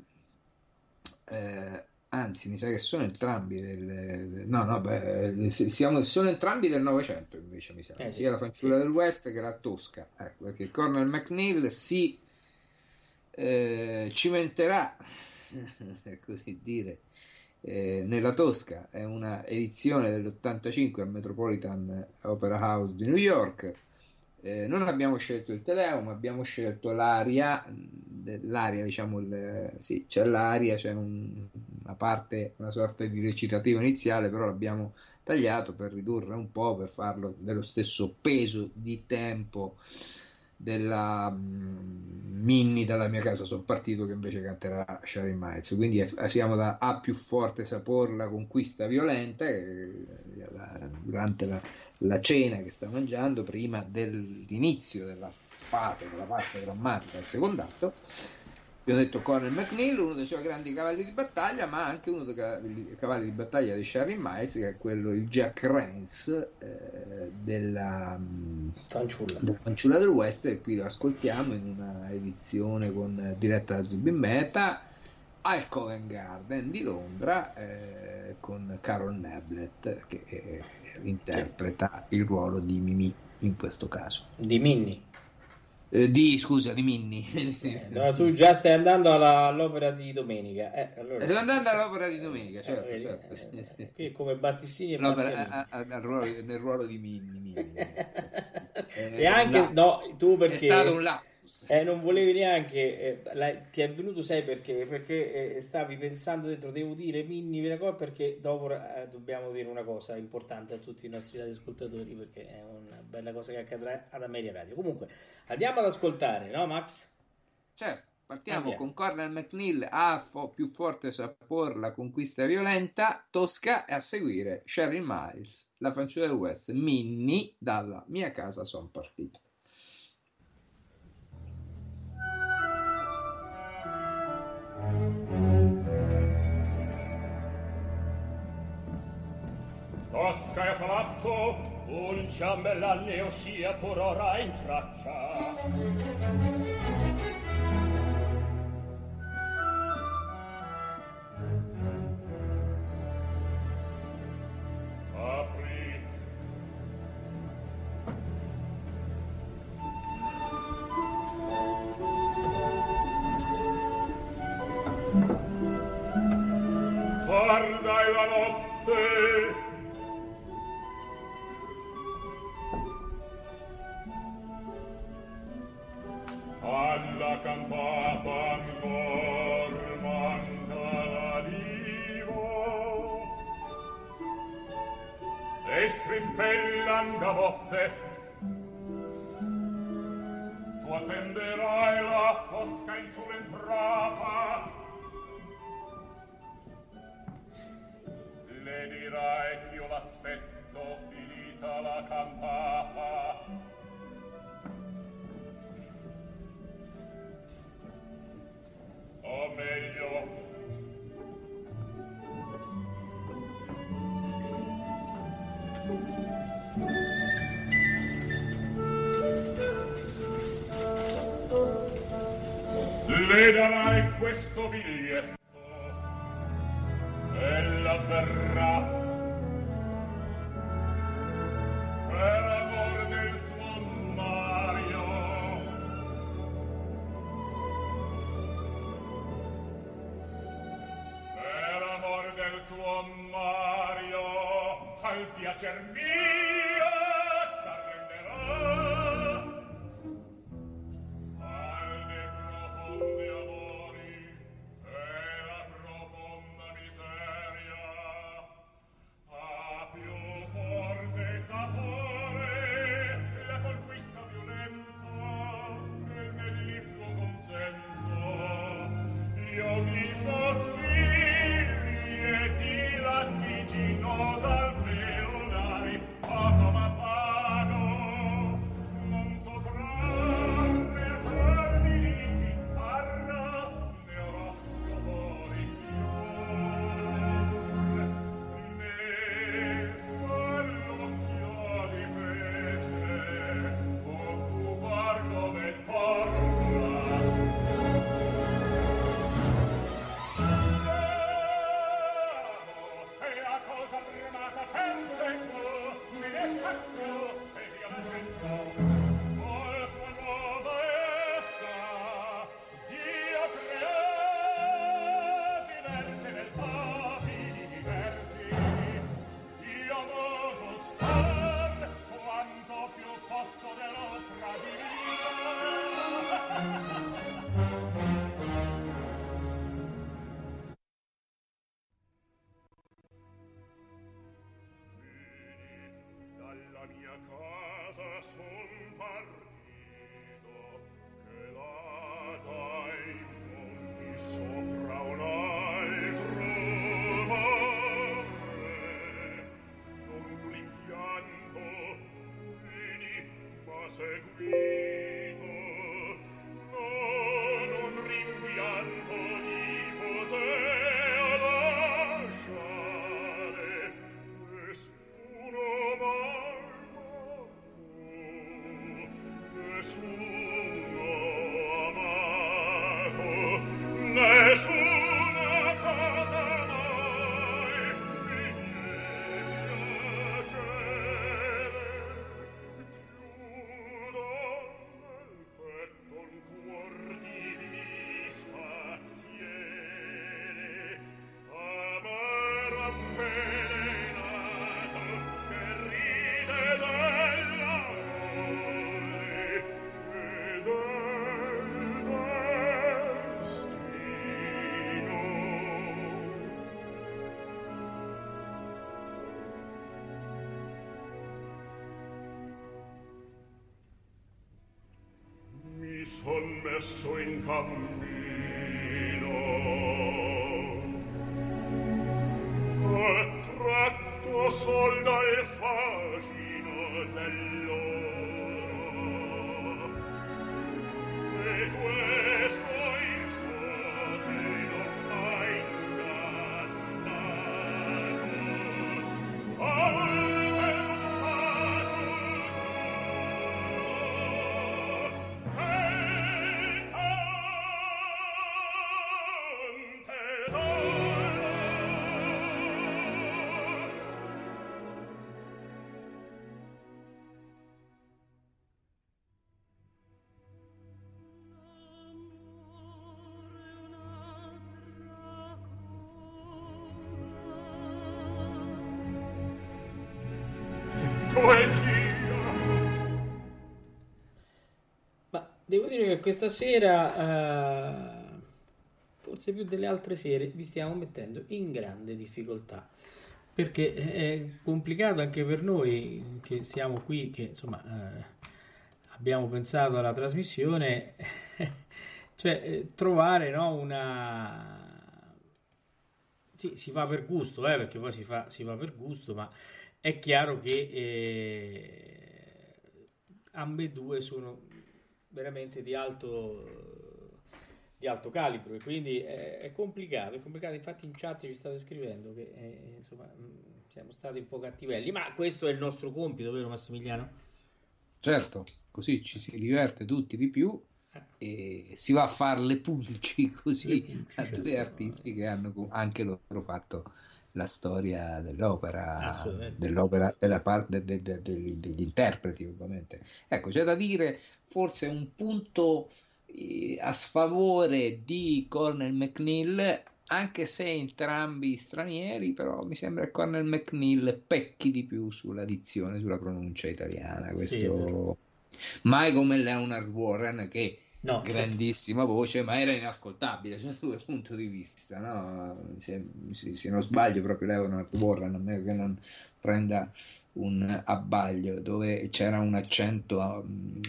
Eh, anzi, mi sa che sono entrambi del, del- no, no, beh, si- siamo, sono entrambi del Novecento invece, mi sa, Eh sì, sia la fanciulla sì. del West che la Tosca, ecco, perché Cornel McNeil si eh, cimenterà, per così dire, eh, nella Tosca, è una edizione dell'ottantacinque al Metropolitan Opera House di New York. Eh, non abbiamo scelto il Tedeum, abbiamo scelto l'aria, l'aria diciamo, il, sì, c'è l'aria, c'è un- una parte, una sorta di recitativo iniziale, però l'abbiamo tagliato per ridurre un po', per farlo dello stesso peso di tempo della mm, Minnie dalla mia casa sono partito, che invece canterà Sharon Miles, quindi è- siamo da A più forte sapor la conquista violenta, eh, la- durante la, la cena che sta mangiando prima dell'inizio della fase, della parte drammatica del secondo atto. Abbiamo detto Cornel McNeil, uno dei suoi grandi cavalli di battaglia, ma anche uno dei cavalli, cavalli di battaglia di Sharon Miles, che è quello, il Jack Rance eh, della, Fanciulla. della fanciulla del West, e qui lo ascoltiamo in una edizione con, diretta da Zubin Mehta al Covent Garden di Londra, eh, con Carol Neblett che eh, interpreta il ruolo di Mimì in questo caso. Di Minnie. Eh, di, scusa, di Minnie. Eh, no, tu già stai andando alla- all'opera di domenica. Eh, allora, Sto andando all'opera di domenica, eh, certo, vedi, certo. eh, Sì, sì, qui sì. come Battistini e L'opera, Bastianini. a- a- nel, ruolo, nel ruolo di Minnie, Minnie, Minnie. Sì, sì, sì. E È un anche, no, lapsus. tu È stato un perché lapsus. eh, non volevi neanche, eh, la- ti è venuto, sai perché? Perché eh, stavi pensando dentro, devo dire Minnie per cosa, perché dopo eh, dobbiamo dire una cosa importante a tutti i nostri ascoltatori, perché è una bella cosa che accadrà ad Ameria Radio. Comunque, andiamo ad ascoltare, no Max? Certo, partiamo Andiamo. con Cornel McNeil, A fo- più forte sapor la conquista violenta, Tosca, e a seguire Sharon Miles, la fanciulla del West, Minnie, dalla mia casa son partito. Tosca e a palazzo, un ciambellane ossia por ora in traccia. Apri. Guardai la notte. Alla campata ancor manca l'alivo e strimpellan da botte. Tu attenderai la Tosca in sull'entrata, le dirai che io l'aspetto finita la cantata. Le darai questo biglietto e la verrà per amor del suo Mario. Per amor del suo Mario al piacer mio s'arrenderà. Profondi amori e la profonda miseria, a più forte sapore la conquista violenta nel mellifluo consenso. Io di sospiri e di lattiginosa almeno dai poco ma pago, non so trarre a trarre di chitarra né oroscopo di fior né fallocchio di pesce occupar come tortola. E a cosa premata pensetto me ne sazzo e via facendo vol tua nuova esca Dio crea diverse beltà diversi. Io voglio star quanto più posso dell'opera divina. Dalla mia casa son partito, che là dai monti sopra un altro mare. Non un rimpianto, vini, ma seguito. No, non rimpianto di poter lasciare nessuno amato, nessuno amato, nessuna cosa mai mi piacere. Chiudo nel petto un cuor di disfaziere, amaro avvelenato che ride dell'amore e del destino. Mi son messo in cammino e tratto sol dal fascino dell'oro, e questo il suo che non m'ha ingannato. Al perducato Ma devo dire che questa sera, eh, forse più delle altre sere, vi stiamo mettendo in grande difficoltà, perché è complicato anche per noi che siamo qui, che insomma eh, abbiamo pensato alla trasmissione, cioè eh, trovare, no, una... Sì, si fa per gusto, eh, perché poi si fa, si fa per gusto, ma è chiaro che eh, ambedue sono veramente di alto di alto calibro, e quindi è, è complicato, è complicato. Infatti in chat ci state scrivendo che eh, insomma mh, siamo stati un po' cattivelli, ma questo è il nostro compito, vero Massimiliano? Certo, così ci si diverte tutti di più e si va a fare le pulci così Le pulci, a certo. due artisti che hanno co- anche loro fatto la storia dell'opera, Assolutamente. dell'opera della parte de- de- degli, degli interpreti, ovviamente. Ecco, c'è da dire forse un punto eh, a sfavore di Cornell McNeil, anche se entrambi stranieri, però mi sembra che Cornell McNeil pecchi di più sulla dizione, sulla pronuncia italiana. Sì, è vero. Questo mai come Leonard Warren, che No, certo. grandissima voce, ma era inascoltabile cioè, dal suo punto di vista, no? Se, se- se non sbaglio, proprio Leonard Warren, a meno che non prenda un abbaglio, dove c'era un accento um,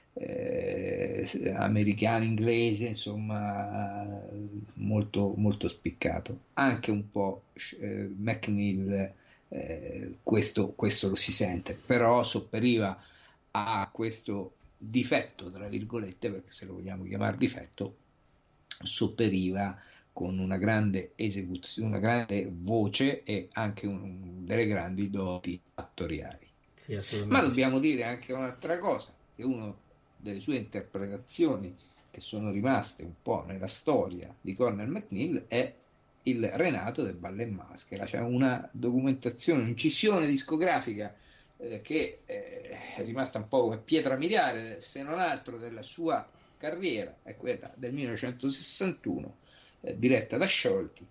eh, americano, inglese, insomma, molto, molto spiccato. Anche un po' eh, McNeil, eh, questo, questo lo si sente, però sopperiva a questo difetto, tra virgolette, perché se lo vogliamo chiamare difetto, sopperiva con una grande esecuzione, una grande voce e anche un, delle grandi doti attoriali. Sì, assolutamente. Ma dobbiamo dire anche un'altra cosa, che una delle sue interpretazioni che sono rimaste un po' nella storia di Cornell McNeil è il Renato del Ballo in Maschera. C'è una documentazione, un'incisione discografica eh, che eh, è rimasta un po' come pietra miliare, se non altro, della sua carriera, è quella del millenovecentosessantuno, eh, diretta da Sciolti,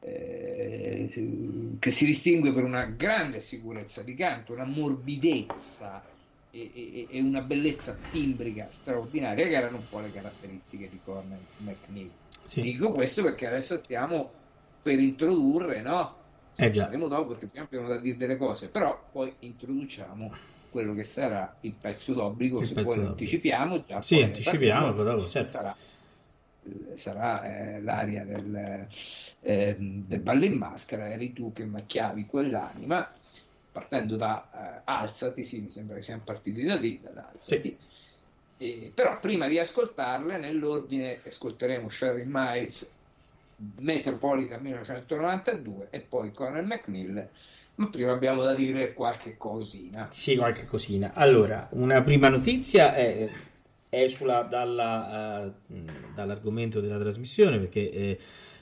eh, che si distingue per una grande sicurezza di canto, una morbidezza e, e, e una bellezza timbrica straordinaria, che erano un po' le caratteristiche di Cornell McNeil. Sì. Dico questo perché adesso stiamo per introdurre, no? Eh già. Faremo dopo, perché prima abbiamo da dire delle cose, però poi introduciamo quello che sarà il pezzo d'obbligo, Il se pezzo poi lo d'obbligo. anticipiamo già, Sì, poi ne anticipiamo, parliamo, poi dopo, certo. sarà, sarà eh, l'aria del, eh, del Ballo in Maschera, eri tu che macchiavi quell'anima, partendo da eh, Alzati, sì, mi sembra che siamo partiti da lì, da Alzati. Sì. Eh, però prima di ascoltarle, nell'ordine ascolteremo Sheryl Miles, Metropolitan millenovecentonovantadue e poi Cornell McNeil, ma prima abbiamo da dire qualche cosina. Sì, qualche cosina. Allora, una prima notizia è, è sulla, dalla, uh, dall'argomento della trasmissione, perché eh,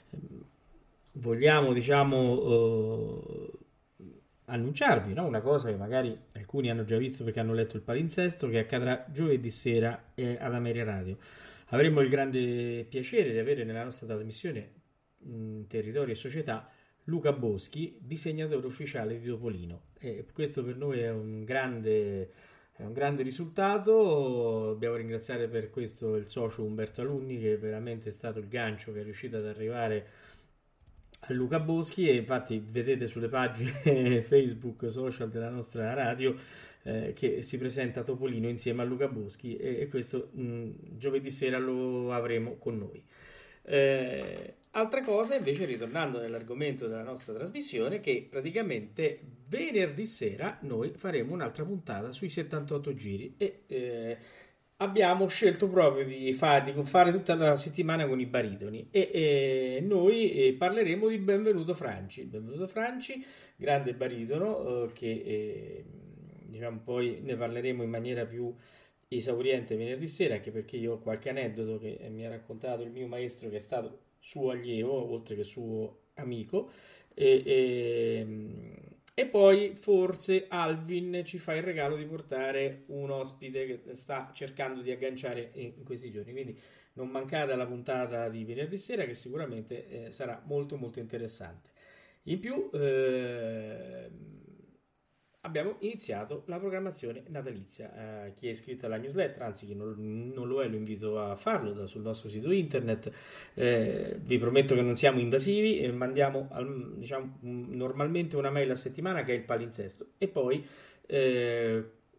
vogliamo, diciamo, uh, annunciarvi, no? Una cosa che magari alcuni hanno già visto perché hanno letto il palinsesto, che accadrà giovedì sera eh, ad Ameria Radio. Avremo il grande piacere di avere nella nostra trasmissione mh, Territorio e Società Luca Boschi, disegnatore ufficiale di Topolino. E questo per noi è un grande, è un grande risultato. Dobbiamo ringraziare per questo il socio Umberto Alunni, che veramente è stato il gancio che è riuscito ad arrivare a Luca Boschi, e infatti vedete sulle pagine Facebook, social della nostra radio eh, che si presenta Topolino insieme a Luca Boschi, e, e questo mh, giovedì sera lo avremo con noi. Eh, altra cosa invece, ritornando nell'argomento della nostra trasmissione, che praticamente venerdì sera noi faremo un'altra puntata sui settantotto giri, e eh, abbiamo scelto proprio di, fa, di fare tutta la settimana con i baritoni, e, e noi eh, parleremo di Benvenuto Franci. Benvenuto Franci, grande baritono, eh, che eh, diciamo poi ne parleremo in maniera più esauriente venerdì sera, anche perché io ho qualche aneddoto che mi ha raccontato il mio maestro, che è stato suo allievo oltre che suo amico, e, e, e poi forse Alvin ci fa il regalo di portare un ospite che sta cercando di agganciare in questi giorni, quindi non mancate alla puntata di venerdì sera, che sicuramente eh, sarà molto molto interessante. In più eh, abbiamo iniziato la programmazione natalizia. Eh, chi è iscritto alla newsletter, anzi chi non, non lo è, lo invito a farlo da, sul nostro sito internet. Eh, vi prometto che non siamo invasivi, e mandiamo al, diciamo, normalmente una mail a settimana, che è il palinsesto, e poi eh,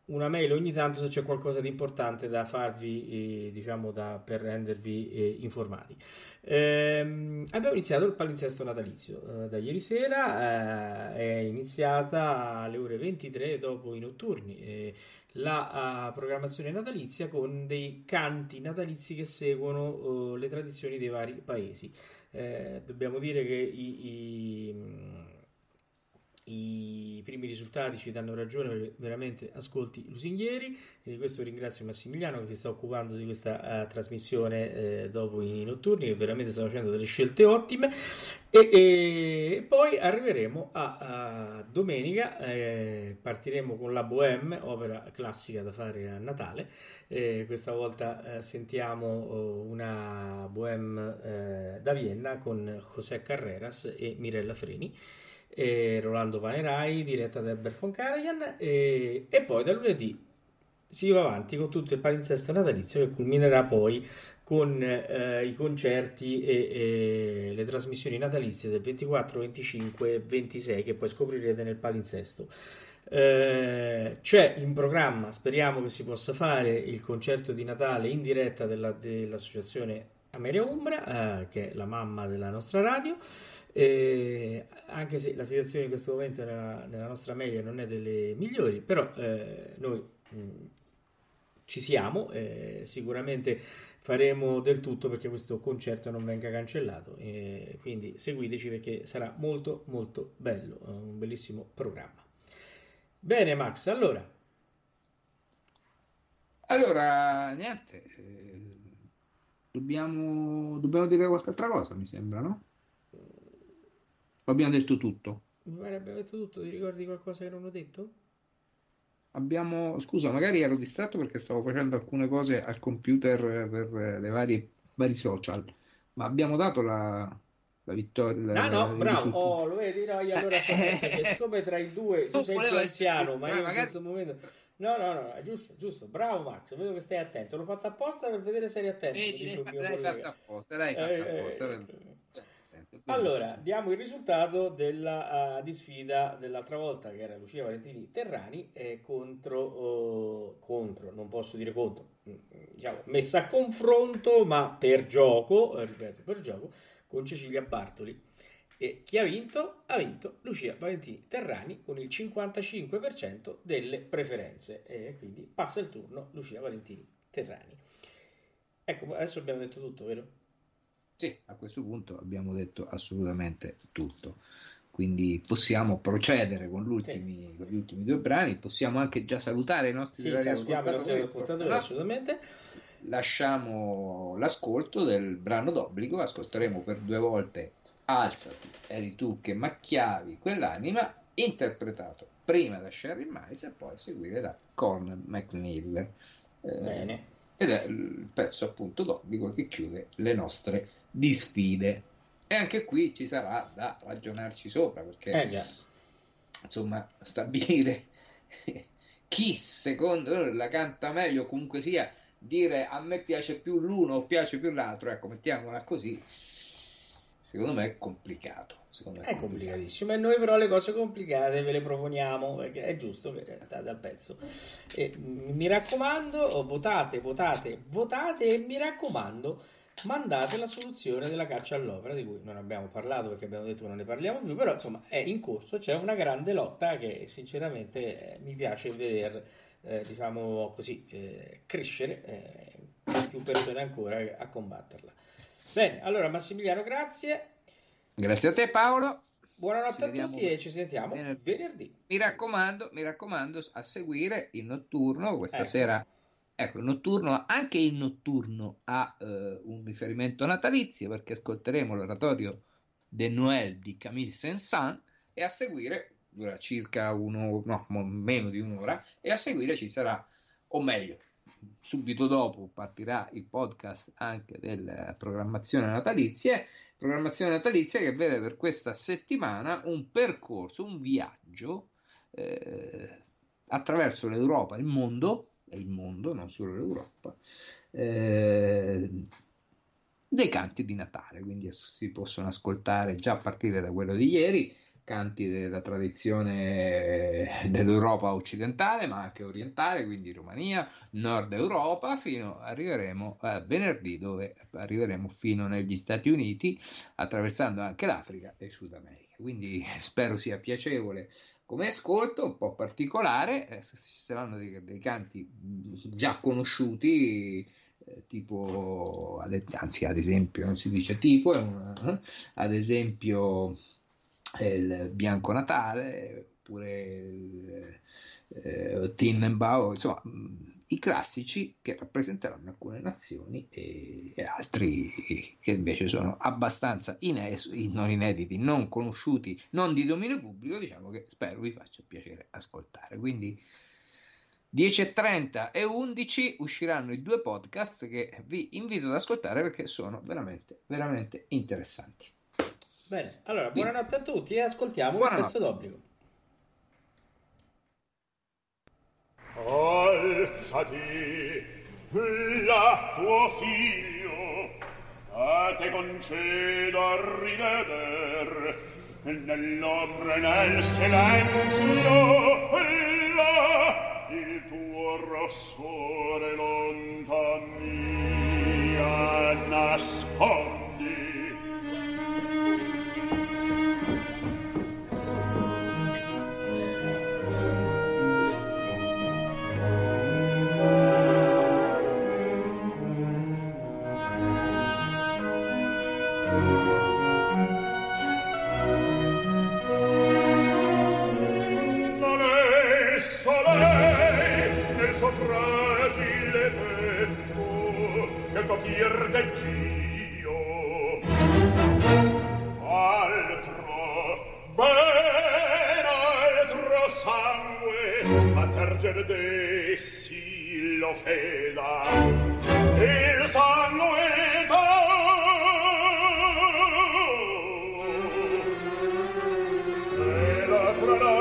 una mail ogni tanto se c'è qualcosa di importante da farvi, eh, diciamo, da, per rendervi eh, informati. Ehm, abbiamo iniziato il palinsesto natalizio eh, da ieri sera, eh, è iniziata alle ore ventitré dopo i notturni. Eh, la uh, programmazione natalizia con dei canti natalizi che seguono uh, le tradizioni dei vari paesi. Eh, dobbiamo dire che i, i, i primi risultati ci danno ragione, perché veramente ascolti lusinghieri, e di questo ringrazio Massimiliano che si sta occupando di questa uh, trasmissione eh, dopo i notturni, che veramente sta facendo delle scelte ottime. E, e poi arriveremo a, a domenica, eh, partiremo con la Bohème, opera classica da fare a Natale. Eh, questa volta eh, sentiamo oh, una Bohème eh, da Vienna con José Carreras e Mirella Freni e Rolando Panerai, diretta da Herbert von Karajan, e, e poi da lunedì si va avanti con tutto il palinsesto natalizio, che culminerà poi con eh, i concerti e, e le trasmissioni natalizie del ventiquattro, venticinque e ventisei, che poi scoprirete nel palinsesto. Eh, c'è in programma, speriamo che si possa fare, il concerto di Natale in diretta della, dell'associazione Ameria Umbra, eh, che è la mamma della nostra radio. Eh, anche se la situazione in questo momento nella, nella nostra media non è delle migliori, però eh, noi mh, ci siamo, eh, sicuramente faremo del tutto perché questo concerto non venga cancellato, eh, quindi seguiteci perché sarà molto molto bello, un bellissimo programma. Bene Max, allora allora niente, eh, dobbiamo, dobbiamo dire qualche altra cosa, mi sembra, no? Abbiamo detto tutto. Mi pare abbiamo detto tutto. Ti ricordi qualcosa che non ho detto? Abbiamo, scusa, magari ero distratto perché stavo facendo alcune cose al computer per le varie, vari social, ma abbiamo dato la, la vittoria. Ah no, il bravo, risultato. oh, lo vedi, no, io allora so che siccome tra i due tu Non sei più volevo essere anziano, ma io in magari- questo momento... No, no, no, è giusto, giusto, bravo Max, vedo che stai attento, l'ho fatto apposta per vedere se eri attento, Vedi, dice l'hai un fa- mio l'hai collega. fatto apposta, l'hai fatto Eh, apposta. eh, vedi. Benissimo. Allora, diamo il risultato della uh, di sfida dell'altra volta, che era Lucia Valentini Terrani, eh, contro, uh, contro, non posso dire contro, mm, diciamo, messa a confronto, ma per gioco, eh, ripeto, per gioco, con Cecilia Bartoli. E chi ha vinto? Ha vinto Lucia Valentini Terrani con il cinquantacinque per cento delle preferenze. E quindi passa il turno Lucia Valentini Terrani. Ecco, adesso abbiamo detto tutto, vero? Sì, a questo punto abbiamo detto assolutamente tutto. Quindi possiamo procedere con, l'ultimi, con gli ultimi due brani. Possiamo anche già salutare i nostri Sì, vari salutiamo i nostri ascoltatori. ascoltatori, assolutamente. Lasciamo l'ascolto del brano d'obbligo. Ascolteremo per due volte Alzati, eri tu che macchiavi quell'anima, interpretato prima da Sherry Miles e poi a seguire da Cornell McNeil. Eh, Bene. Ed è il pezzo appunto d'obbligo che chiude le nostre disfide. E anche qui ci sarà da ragionarci sopra, perché Eh già. insomma stabilire chi secondo noi la canta meglio, comunque sia, dire a me piace più l'uno o piace più l'altro, ecco, mettiamola così, secondo me è complicato. Secondo me È complicatissimo e noi però le cose complicate ve le proponiamo perché è giusto che state al pezzo. E, mm, mi raccomando, votate, votate, votate e mi raccomando, mandate la soluzione della caccia all'opera di cui non abbiamo parlato perché abbiamo detto che non ne parliamo più, però insomma è in corso, c'è una grande lotta che sinceramente eh, mi piace vedere eh, diciamo così eh, crescere eh, più persone ancora a combatterla. Bene, allora Massimiliano, grazie. Grazie a te Paolo. Buonanotte Ci a vediamo tutti e ci sentiamo venerdì. venerdì. Mi raccomando, mi raccomando a seguire il notturno questa Ecco. sera. Ecco, il notturno, anche il notturno ha eh, un riferimento natalizio perché ascolteremo l'oratorio de Noël di Camille Saint-Saëns e a seguire dura circa uno, no, mo- meno di un'ora e a seguire ci sarà, o meglio, subito dopo partirà il podcast anche della programmazione natalizia, programmazione natalizia che vede per questa settimana un percorso, un viaggio eh, attraverso l'Europa, il mondo, e il mondo, non solo l'Europa, eh, dei canti di Natale, quindi si possono ascoltare già a partire da quello di ieri, canti della tradizione dell'Europa occidentale, ma anche orientale, quindi Romania, Nord Europa, fino arriveremo a venerdì, dove arriveremo fino negli Stati Uniti, attraversando anche l'Africa e il Sud America. Quindi spero sia piacevole come ascolto, un po' particolare. Eh, ci saranno dei, dei canti già conosciuti, eh, tipo, anzi ad esempio, non si dice tipo, è una, eh, ad esempio il Bianco Natale, oppure il eh, Tannenbaum, insomma i classici che rappresenteranno alcune nazioni e, e altri che invece sono abbastanza ines- non inediti, non conosciuti, non di dominio pubblico, diciamo, che spero vi faccia piacere ascoltare. Quindi dieci e trenta e undici usciranno i due podcast che vi invito ad ascoltare perché sono veramente veramente interessanti. Bene, allora buonanotte a tutti e ascoltiamo Buonanotte. Un pezzo d'obbligo. Alzati, là tuo figlio, a te concedo riveder nell'ombra e nel silenzio, là il tuo rossore lontan mia nascondi. Fragile petto che tocchier del gio altro ben altro sangue a terger d'essi l'offesa il sangue d'oro e la frana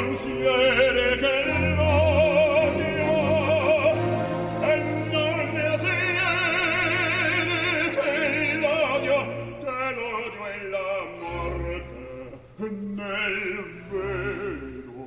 pensiere che l'odio e non ne siede che l'odio che l'odio è la morte nel vero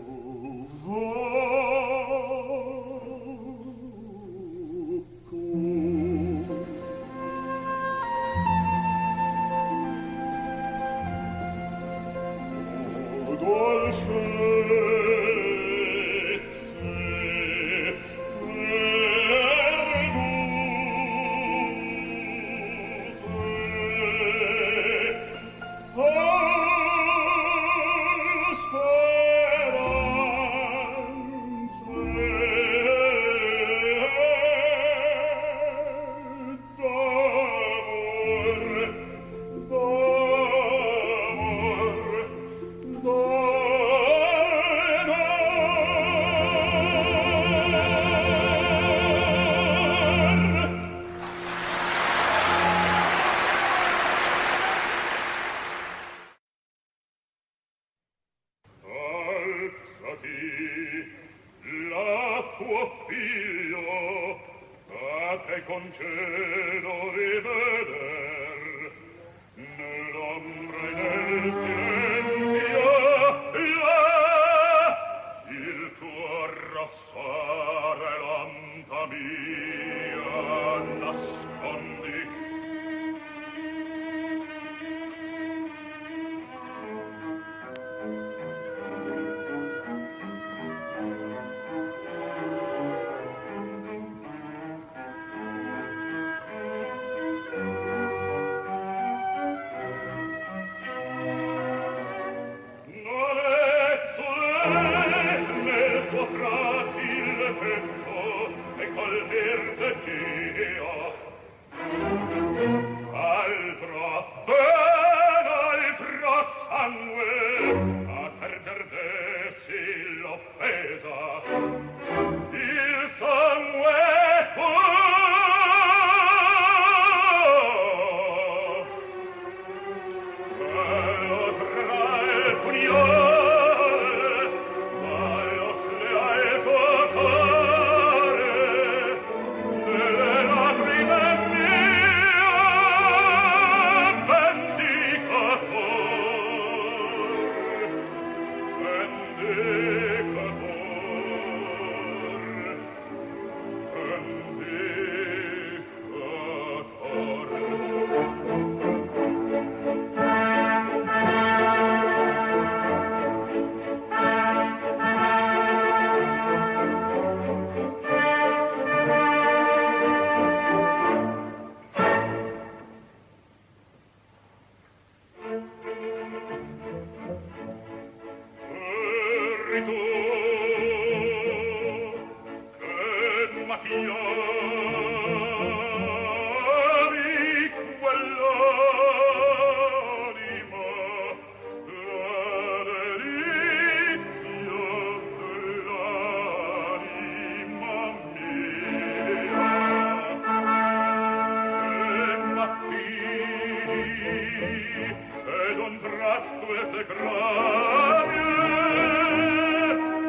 ed un tratto e se grave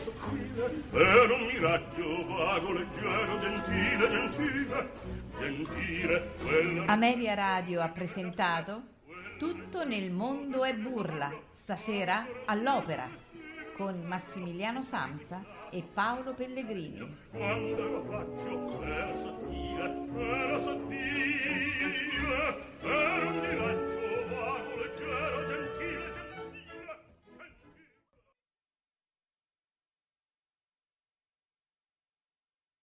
sottile, per un miraggio vago, leggero, gentile, gentile, gentile, quella... Amelia Radio ha presentato Tutto nel mondo è burla, stasera all'Opera, con Massimiliano Samsa e Paolo Pellegrini. Quando ero faccio, era sottile, era sottile, per un miraggio vago, leggero, gentile,